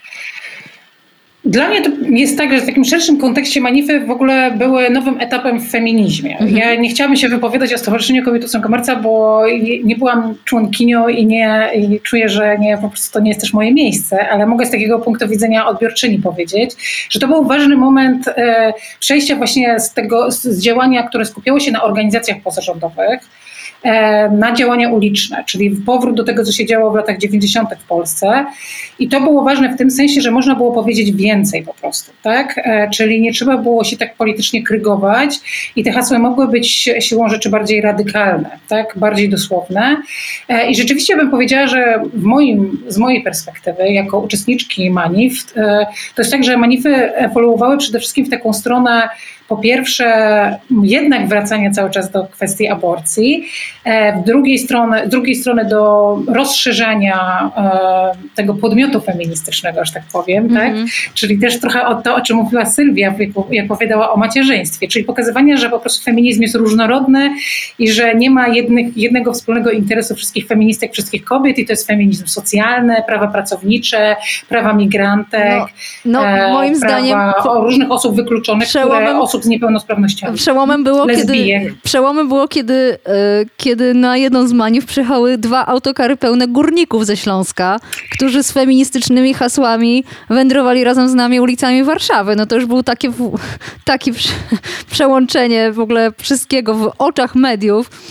Dla mnie to jest tak, że w takim szerszym kontekście manify w ogóle były nowym etapem w feminizmie. Ja nie chciałabym się wypowiadać o Stowarzyszeniu Kobiet 8 marca, bo nie byłam członkinią i czuję, że po prostu to nie jest też moje miejsce, ale mogę z takiego punktu widzenia odbiorczyni powiedzieć, że to był ważny moment przejścia właśnie z działania, które skupiało się na organizacjach pozarządowych, na działania uliczne, czyli powrót do tego, co się działo w latach 90. w Polsce. I to było ważne w tym sensie, że można było powiedzieć więcej po prostu, tak? Czyli nie trzeba było się tak politycznie krygować i te hasła mogły być siłą rzeczy bardziej radykalne, tak? Bardziej dosłowne. I rzeczywiście bym powiedziała, że z mojej perspektywy, jako uczestniczki manif, to jest tak, że manify ewoluowały przede wszystkim w taką stronę, po pierwsze, jednak wracania cały czas do kwestii aborcji, z drugiej strony do rozszerzania tego podmiotu feministycznego, że tak powiem, tak? Czyli też trochę o to, o czym mówiła Sylwia, jak opowiadała o macierzyństwie, czyli pokazywania, że po prostu feminizm jest różnorodny i że nie ma jednego wspólnego interesu wszystkich feministek, wszystkich kobiet i to jest feminizm socjalny, prawa pracownicze, prawa migrantek, moim zdaniem o różnych osób wykluczonych, osób z niepełnosprawnościami. Przełomem było, kiedy na jedną z manif przyjechały 2 autokary pełne górników ze Śląska, którzy z feministycznymi hasłami wędrowali razem z nami ulicami Warszawy. No to już było takie przełączenie w ogóle wszystkiego w oczach mediów.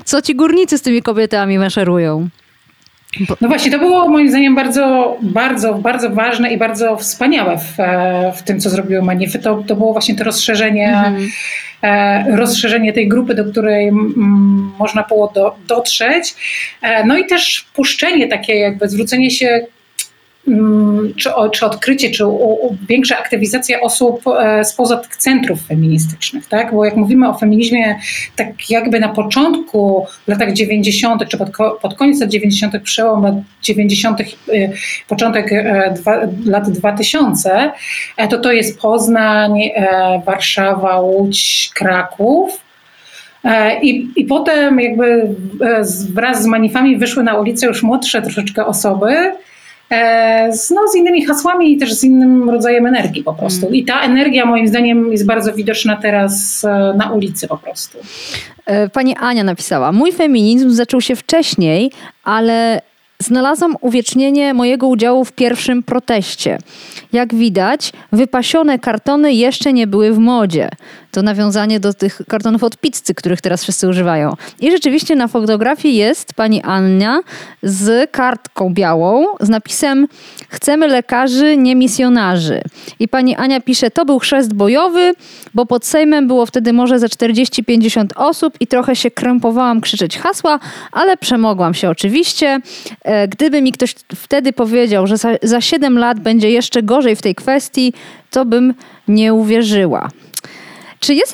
Co ci górnicy z tymi kobietami maszerują? No właśnie, to było moim zdaniem bardzo, bardzo, bardzo ważne i bardzo wspaniałe w tym, co zrobiły Manify. To było właśnie to rozszerzenie tej grupy, do której można było dotrzeć. No i też puszczenie takie, jakby zwrócenie się, czy odkrycie, czy większa aktywizacja osób spoza tych centrów feministycznych, tak? Bo jak mówimy o feminizmie tak jakby na początku, w latach 90., czy pod koniec lat 90., przełom lat 90., początek lat 2000, to jest Poznań, Warszawa, Łódź, Kraków. I potem jakby wraz z Manifami wyszły na ulicę już młodsze troszeczkę osoby, z innymi hasłami i też z innym rodzajem energii po prostu. I ta energia moim zdaniem jest bardzo widoczna teraz na ulicy po prostu. Pani Ania napisała: mój feminizm zaczął się wcześniej, ale znalazłam uwiecznienie mojego udziału w pierwszym proteście. Jak widać, wypasione kartony jeszcze nie były w modzie. To nawiązanie do tych kartonów od pizzy, których teraz wszyscy używają. I rzeczywiście na fotografii jest pani Ania z kartką białą z napisem: chcemy lekarzy, nie misjonarzy. I pani Ania pisze: to był chrzest bojowy, bo pod Sejmem było wtedy może ze 40-50 osób i trochę się krępowałam krzyczeć hasła, ale przemogłam się oczywiście. Gdyby mi ktoś wtedy powiedział, że za 7 lat będzie jeszcze gorzej w tej kwestii, to bym nie uwierzyła. Czy jest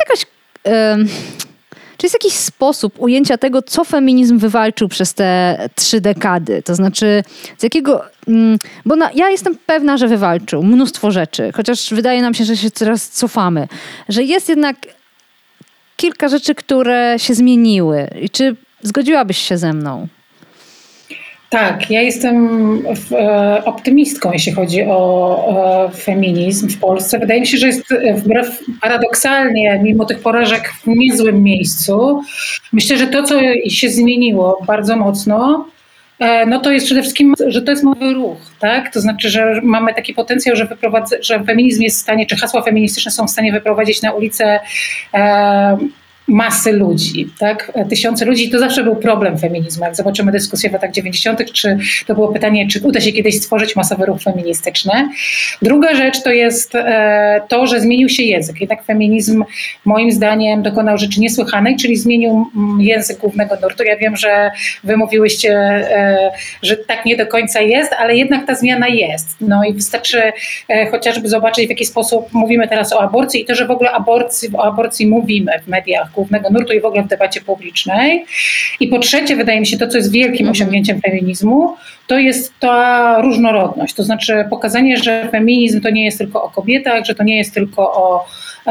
jakiś sposób ujęcia tego, co feminizm wywalczył przez te 3 dekady? To znaczy, z jakiego... Bo ja jestem pewna, że wywalczył mnóstwo rzeczy, chociaż wydaje nam się, że się teraz cofamy. Że jest jednak kilka rzeczy, które się zmieniły. I czy zgodziłabyś się ze mną? Tak, ja jestem optymistką, jeśli chodzi o feminizm w Polsce. Wydaje mi się, że jest paradoksalnie, mimo tych porażek, w niezłym miejscu. Myślę, że to, co się zmieniło bardzo mocno, no to jest przede wszystkim, że to jest nowy ruch, tak? To znaczy, że mamy taki potencjał, że feminizm jest w stanie, czy hasła feministyczne są w stanie wyprowadzić na ulicę masy ludzi, tak? Tysiące ludzi. To zawsze był problem feminizmu. Jak zobaczymy dyskusję w latach 90., czy to było pytanie, czy uda się kiedyś stworzyć masowy ruch feministyczny. Druga rzecz to jest to, że zmienił się język. Jednak feminizm moim zdaniem dokonał rzeczy niesłychanej, czyli zmienił język głównego nurtu. Ja wiem, że wy mówiłyście, że tak nie do końca jest, ale jednak ta zmiana jest. No i wystarczy chociażby zobaczyć, w jaki sposób mówimy teraz o aborcji i to, że w ogóle o aborcji mówimy w mediach głównego nurtu i w ogóle w debacie publicznej. I po trzecie, wydaje mi się, to, co jest wielkim osiągnięciem feminizmu, to jest ta różnorodność. To znaczy pokazanie, że feminizm to nie jest tylko o kobietach, że to nie jest tylko o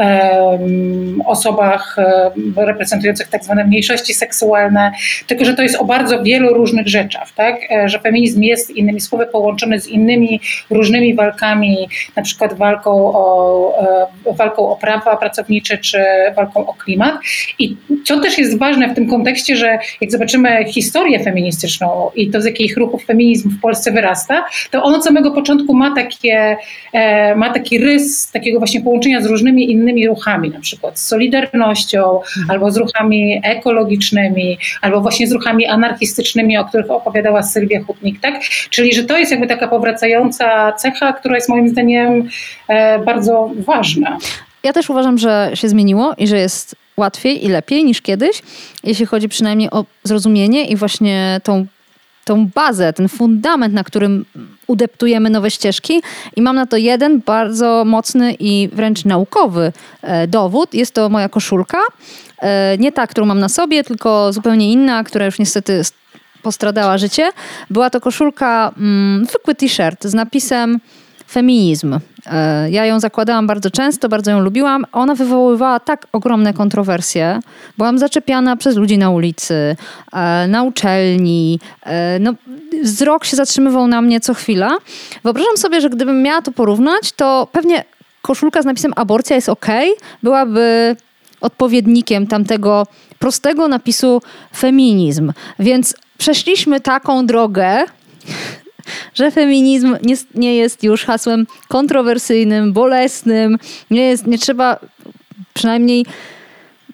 osobach reprezentujących tak zwane mniejszości seksualne, tylko że to jest o bardzo wielu różnych rzeczach, tak? Że feminizm jest, innymi słowy, połączony z innymi różnymi walkami, na przykład walką o prawa pracownicze czy walką o klimat. I co też jest ważne w tym kontekście, że jak zobaczymy historię feministyczną i to, z jakich ruchów feminizm w Polsce wyrasta, to on od samego początku ma taki rys takiego właśnie połączenia z różnymi innymi ruchami, na przykład z Solidarnością, albo z ruchami ekologicznymi, albo właśnie z ruchami anarchistycznymi, o których opowiadała Sylwia Hutnik, tak? Czyli, że to jest jakby taka powracająca cecha, która jest moim zdaniem bardzo ważna. Ja też uważam, że się zmieniło i że jest łatwiej i lepiej niż kiedyś, jeśli chodzi przynajmniej o zrozumienie i właśnie tą bazę, ten fundament, na którym udeptujemy nowe ścieżki. I mam na to jeden bardzo mocny i wręcz naukowy dowód. Jest to moja koszulka. Nie ta, którą mam na sobie, tylko zupełnie inna, która już niestety postradała życie. Była to koszulka, zwykły t-shirt z napisem feminizm. Ja ją zakładałam bardzo często, bardzo ją lubiłam. Ona wywoływała tak ogromne kontrowersje. Byłam zaczepiana przez ludzi na ulicy, na uczelni. No, wzrok się zatrzymywał na mnie co chwila. Wyobrażam sobie, że gdybym miała to porównać, to pewnie koszulka z napisem aborcja jest okej, byłaby odpowiednikiem tamtego prostego napisu feminizm. Więc przeszliśmy taką drogę, że feminizm nie jest już hasłem kontrowersyjnym, bolesnym. Nie trzeba, przynajmniej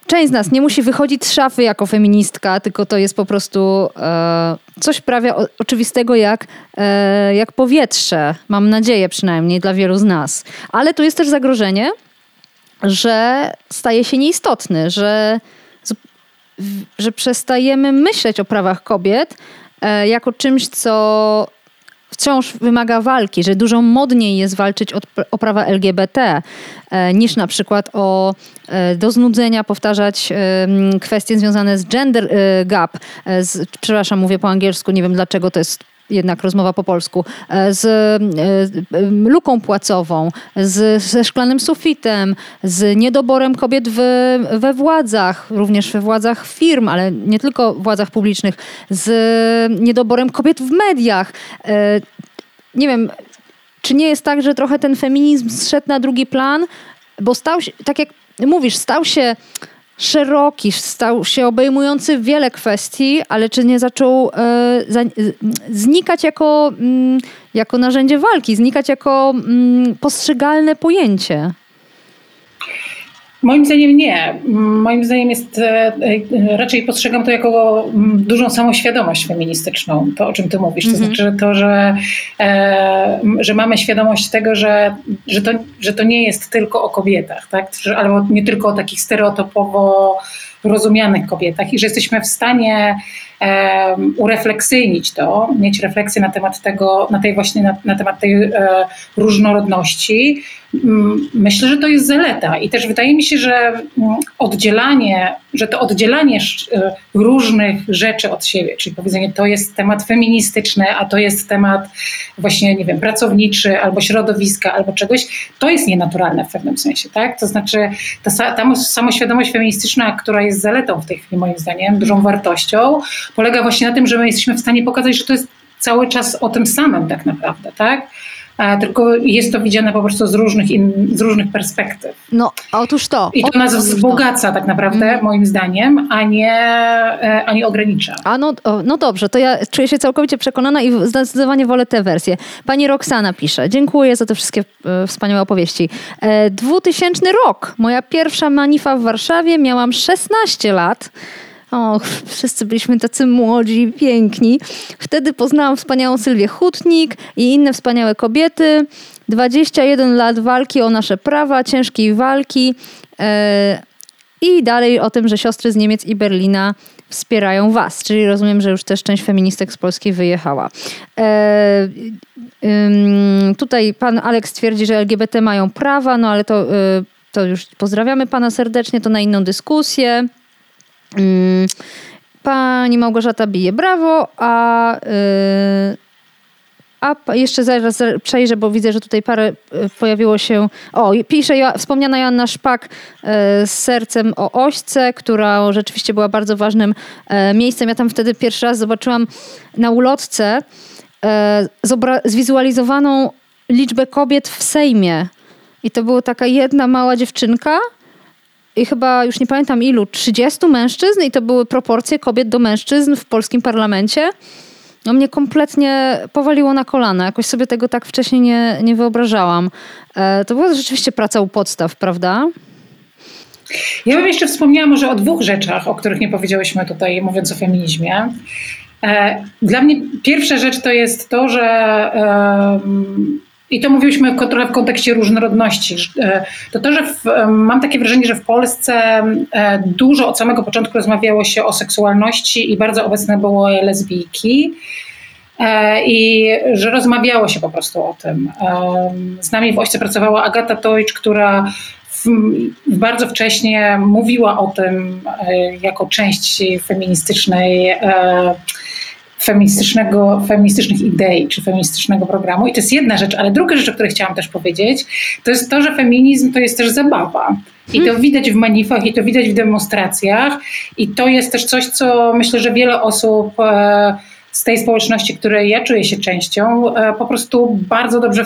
część z nas nie musi wychodzić z szafy jako feministka, tylko to jest po prostu coś prawie oczywistego jak powietrze. Mam nadzieję przynajmniej dla wielu z nas. Ale tu jest też zagrożenie, że staje się nieistotny, że przestajemy myśleć o prawach kobiet jako czymś, co wciąż wymaga walki, że dużo modniej jest walczyć o prawa LGBT niż na przykład do znudzenia powtarzać kwestie związane z gender gap. Przepraszam, mówię po angielsku, nie wiem dlaczego to jest jednak rozmowa po polsku, z luką płacową, ze szklanym sufitem, z niedoborem kobiet we władzach, również we władzach firm, ale nie tylko w władzach publicznych, z niedoborem kobiet w mediach. Nie wiem, czy nie jest tak, że trochę ten feminizm zszedł na drugi plan, bo stał się, tak jak mówisz, stał się szeroki, stał się obejmujący wiele kwestii, ale czy nie zaczął znikać jako narzędzie walki, znikać jako postrzegalne pojęcie? Moim zdaniem nie. Moim zdaniem jest, raczej postrzegam to jako dużą samoświadomość feministyczną, to o czym ty mówisz. To znaczy to, że mamy świadomość tego, że to nie jest tylko o kobietach, tak? Albo nie tylko o takich stereotypowo rozumianych kobietach i że jesteśmy w stanie urefleksyjnić to, mieć refleksję na temat tego, na temat tej różnorodności. Myślę, że to jest zaleta i też wydaje mi się, że to oddzielanie różnych rzeczy od siebie, czyli powiedzenie, to jest temat feministyczny, a to jest temat właśnie, nie wiem, pracowniczy albo środowiska, albo czegoś, to jest nienaturalne w pewnym sensie, tak? To znaczy ta samoświadomość feministyczna, która jest zaletą w tej chwili moim zdaniem, dużą wartością, polega właśnie na tym, że my jesteśmy w stanie pokazać, że to jest cały czas o tym samym tak naprawdę, tak? Tylko jest to widziane po prostu z różnych perspektyw. No, otóż to. I to nas wzbogaca tak naprawdę, moim zdaniem, a nie ogranicza. No dobrze, to ja czuję się całkowicie przekonana i zdecydowanie wolę tę wersję. Pani Roxana pisze, dziękuję za te wszystkie wspaniałe opowieści. 2000 rok, moja pierwsza manifa w Warszawie, miałam 16 lat. Wszyscy byliśmy tacy młodzi i piękni. Wtedy poznałam wspaniałą Sylwię Hutnik i inne wspaniałe kobiety. 21 lat walki o nasze prawa, ciężkiej walki i dalej o tym, że siostry z Niemiec i Berlina wspierają was. Czyli rozumiem, że już też część feministek z Polski wyjechała. Tutaj pan Aleks twierdzi, że LGBT mają prawa, no ale to już pozdrawiamy pana serdecznie, to na inną dyskusję. Pani Małgorzata bije brawo, a jeszcze zaraz przejrzę, bo widzę, że tutaj parę pojawiło się... Pisze wspomniana Joanna Szpak z sercem o Ośce, która rzeczywiście była bardzo ważnym miejscem. Ja tam wtedy pierwszy raz zobaczyłam na ulotce zwizualizowaną liczbę kobiet w Sejmie. I to była taka jedna mała dziewczynka, i chyba już nie pamiętam ilu, 30 mężczyzn i to były proporcje kobiet do mężczyzn w polskim parlamencie. No mnie kompletnie powaliło na kolana. Jakoś sobie tego tak wcześniej nie wyobrażałam. To była rzeczywiście praca u podstaw, prawda? Ja bym jeszcze wspomniała może o dwóch rzeczach, o których nie powiedziałyśmy tutaj, mówiąc o feminizmie. Dla mnie pierwsza rzecz to jest to, że i to mówiliśmy trochę w kontekście różnorodności. To, że mam takie wrażenie, że w Polsce dużo od samego początku rozmawiało się o seksualności i bardzo obecne było lesbijki i że rozmawiało się po prostu o tym. Z nami w Ośce pracowała Agata Tojcz, która bardzo wcześnie mówiła o tym jako część feministycznych idei czy feministycznego programu. I to jest jedna rzecz, ale druga rzecz, o której chciałam też powiedzieć, to jest to, że feminizm to jest też zabawa. I to widać w manifach, i to widać w demonstracjach. I to jest też coś, co myślę, że wiele osób z tej społeczności, której ja czuję się częścią, po prostu bardzo dobrze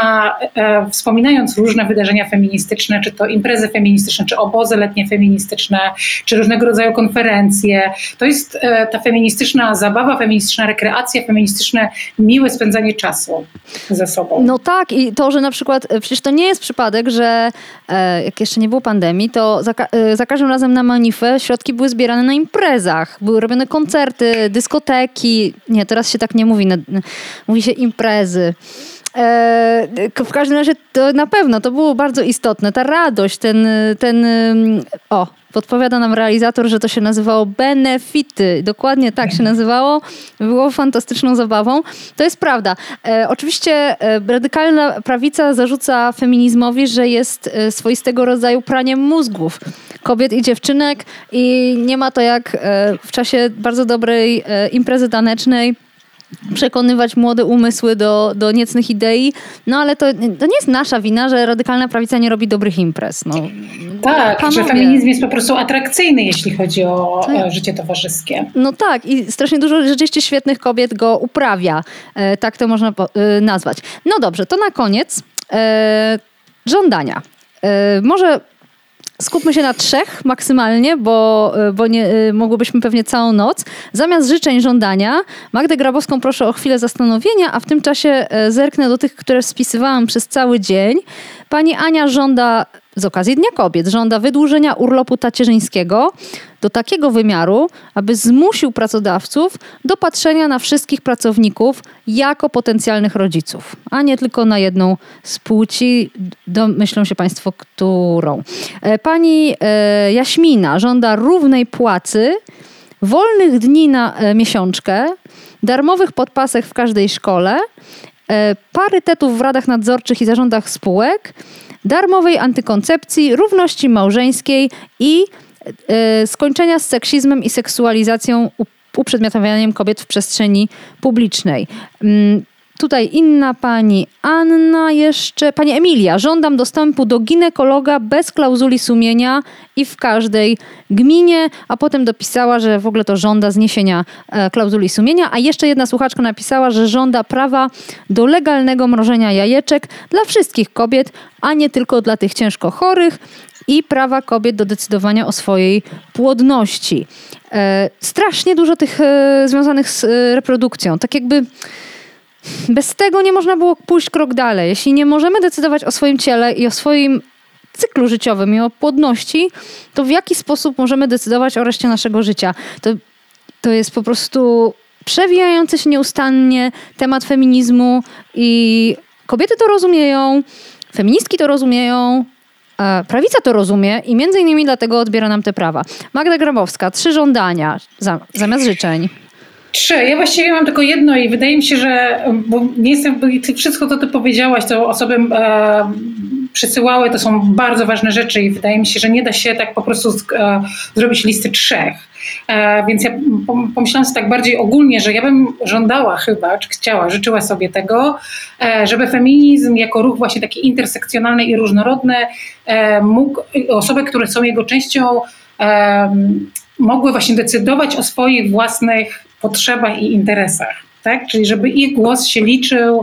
wspominając różne wydarzenia feministyczne, czy to imprezy feministyczne, czy obozy letnie feministyczne, czy różnego rodzaju konferencje. To jest ta feministyczna zabawa, feministyczna rekreacja, feministyczne miłe spędzanie czasu ze sobą. No tak, i to, że na przykład, przecież to nie jest przypadek, że jak jeszcze nie było pandemii, to za każdym razem na Manifę środki były zbierane na imprezach. Były robione koncerty, dyskoteki. Nie, teraz się tak nie mówi. Mówi się imprezy. W każdym razie to na pewno to było bardzo istotne. Ta radość, podpowiada nam realizator, że to się nazywało benefity. Dokładnie tak się nazywało. Było fantastyczną zabawą. To jest prawda. Oczywiście radykalna prawica zarzuca feminizmowi, że jest swoistego rodzaju praniem mózgów kobiet i dziewczynek i nie ma to jak w czasie bardzo dobrej imprezy tanecznej przekonywać młode umysły do niecnych idei, no ale to nie jest nasza wina, że radykalna prawica nie robi dobrych imprez. No. Tak, że feminizm jest po prostu atrakcyjny, jeśli chodzi o życie towarzyskie. No tak, i strasznie dużo rzeczywiście świetnych kobiet go uprawia. Tak to można nazwać. No dobrze, to na koniec żądania. Może skupmy się na 3 maksymalnie, bo nie, mogłybyśmy pewnie całą noc. Zamiast życzeń żądania, Magdę Grabowską proszę o chwilę zastanowienia, a w tym czasie zerknę do tych, które spisywałam przez cały dzień. Pani Ania żąda, z okazji Dnia Kobiet, żąda wydłużenia urlopu tacierzyńskiego do takiego wymiaru, aby zmusił pracodawców do patrzenia na wszystkich pracowników jako potencjalnych rodziców, a nie tylko na jedną z płci. Domyślą się Państwo, którą. Pani Jaśmina żąda równej płacy, wolnych dni na miesiączkę, darmowych podpasek w każdej szkole, parytetów w radach nadzorczych i zarządach spółek, darmowej antykoncepcji, równości małżeńskiej i skończenia z seksizmem i seksualizacją, uprzedmiotowianiem kobiet w przestrzeni publicznej. Tutaj inna pani Anna jeszcze. Pani Emilia, żądam dostępu do ginekologa bez klauzuli sumienia i w każdej gminie, a potem dopisała, że w ogóle to żąda zniesienia klauzuli sumienia, a jeszcze jedna słuchaczka napisała, że żąda prawa do legalnego mrożenia jajeczek dla wszystkich kobiet, a nie tylko dla tych ciężko chorych i prawa kobiet do decydowania o swojej płodności. Strasznie dużo tych związanych z reprodukcją. Tak jakby bez tego nie można było pójść krok dalej. Jeśli nie możemy decydować o swoim ciele i o swoim cyklu życiowym i o płodności, to w jaki sposób możemy decydować o reszcie naszego życia? To jest po prostu przewijający się nieustannie temat feminizmu i kobiety to rozumieją, feministki to rozumieją, prawica to rozumie i między innymi dlatego odbiera nam te prawa. Magda Grabowska, 3 żądania zamiast życzeń. 3. Ja właściwie mam tylko jedno i wydaje mi się, że bo nie jestem, wszystko to ty powiedziałaś, to osoby przysyłały, to są bardzo ważne rzeczy i wydaje mi się, że nie da się tak po prostu zrobić listy 3. Więc ja pomyślałam sobie tak bardziej ogólnie, że ja bym żądała chyba, czy życzyła sobie tego, żeby feminizm jako ruch właśnie taki intersekcjonalny i różnorodny mógł, osoby, które są jego częścią, mogły właśnie decydować o swoich własnych potrzebach i interesach. Tak? Czyli żeby ich głos się liczył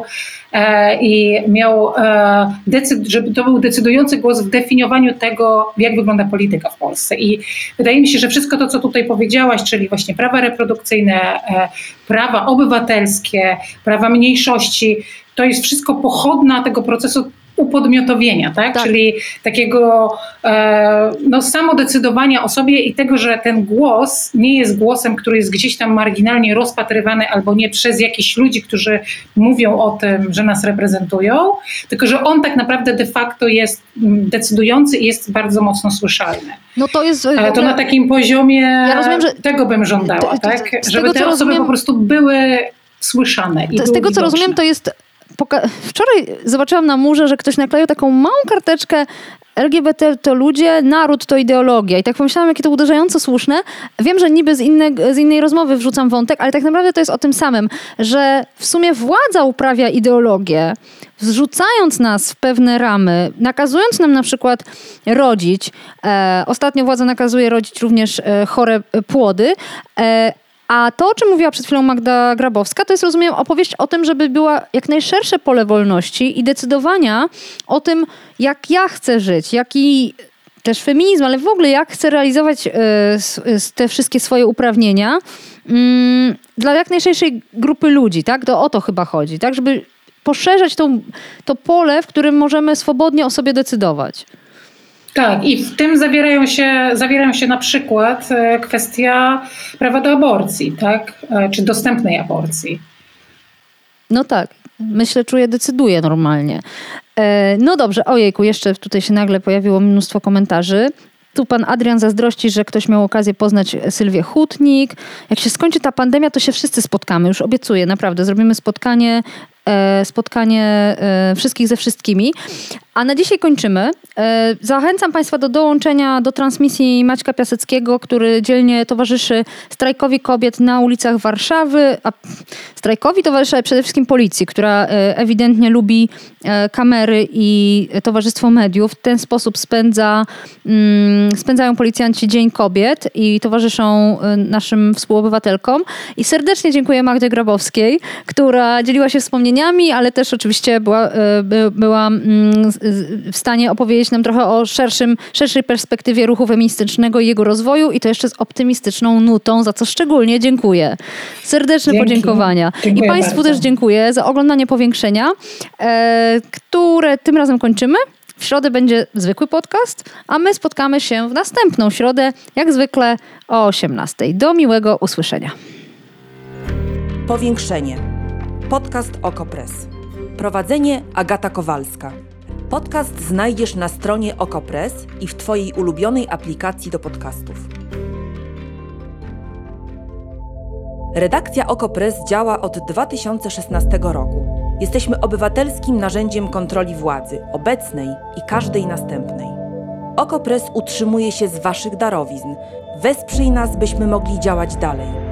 i miał, żeby to był decydujący głos w definiowaniu tego, jak wygląda polityka w Polsce. I wydaje mi się, że wszystko to, co tutaj powiedziałaś, czyli właśnie prawa reprodukcyjne, prawa obywatelskie, prawa mniejszości, to jest wszystko pochodna tego procesu upodmiotowienia, tak? Czyli takiego samodecydowania o sobie i tego, że ten głos nie jest głosem, który jest gdzieś tam marginalnie rozpatrywany albo nie przez jakichś ludzi, którzy mówią o tym, że nas reprezentują, tylko że on tak naprawdę de facto jest decydujący i jest bardzo mocno słyszalny. No to jest to na takim poziomie ja rozumiem, że tego bym żądała, tak? Żeby te osoby po prostu były słyszane. Z tego, co rozumiem, to jest wczoraj zobaczyłam na murze, że ktoś nakleił taką małą karteczkę LGBT to ludzie, naród to ideologia. I tak pomyślałam, jakie to uderzająco słuszne. Wiem, że niby z innej rozmowy wrzucam wątek, ale tak naprawdę to jest o tym samym, że w sumie władza uprawia ideologię, wrzucając nas w pewne ramy, nakazując nam na przykład rodzić. Ostatnio władza nakazuje rodzić również chore płody, A to, o czym mówiła przed chwilą Magda Grabowska, to jest, rozumiem, opowieść o tym, żeby była jak najszersze pole wolności i decydowania o tym, jak ja chcę żyć, jaki też feminizm, ale w ogóle jak chcę realizować te wszystkie swoje uprawnienia dla jak najszerszej grupy ludzi, tak? To o to chyba chodzi, tak? Żeby poszerzać to pole, w którym możemy swobodnie o sobie decydować. Tak, i w tym zawierają się na przykład kwestia prawa do aborcji, tak? Czy dostępnej aborcji. No tak, myślę, czuję, decyduję normalnie. No dobrze, ojejku, jeszcze tutaj się nagle pojawiło mnóstwo komentarzy. Tu pan Adrian zazdrości, że ktoś miał okazję poznać Sylwię Hutnik. Jak się skończy ta pandemia, to się wszyscy spotkamy. Już obiecuję, naprawdę. Zrobimy spotkanie wszystkich ze wszystkimi. A na dzisiaj kończymy. Zachęcam Państwa do dołączenia do transmisji Maćka Piaseckiego, który dzielnie towarzyszy strajkowi kobiet na ulicach Warszawy. A strajkowi towarzyszy przede wszystkim policji, która ewidentnie lubi kamery i towarzystwo mediów. W ten sposób spędzają policjanci Dzień Kobiet i towarzyszą naszym współobywatelkom. I serdecznie dziękuję Magdzie Grabowskiej, która dzieliła się wspomnieniami, ale też oczywiście była w stanie opowiedzieć nam trochę o szerszej perspektywie ruchu feministycznego i jego rozwoju i to jeszcze z optymistyczną nutą, za co szczególnie dziękuję. Serdeczne podziękowania. Dziękuję I Państwu bardzo. też dziękuję za oglądanie Powiększenia, które tym razem kończymy. W środę będzie zwykły podcast, a my spotkamy się w następną środę, jak zwykle o 18:00. Do miłego usłyszenia. Powiększenie. Podcast OKO.press. Prowadzenie Agata Kowalska. Podcast znajdziesz na stronie OKO.press i w Twojej ulubionej aplikacji do podcastów. Redakcja OKO.press działa od 2016 roku. Jesteśmy obywatelskim narzędziem kontroli władzy, obecnej i każdej następnej. OKO.press utrzymuje się z Waszych darowizn. Wesprzyj nas, byśmy mogli działać dalej.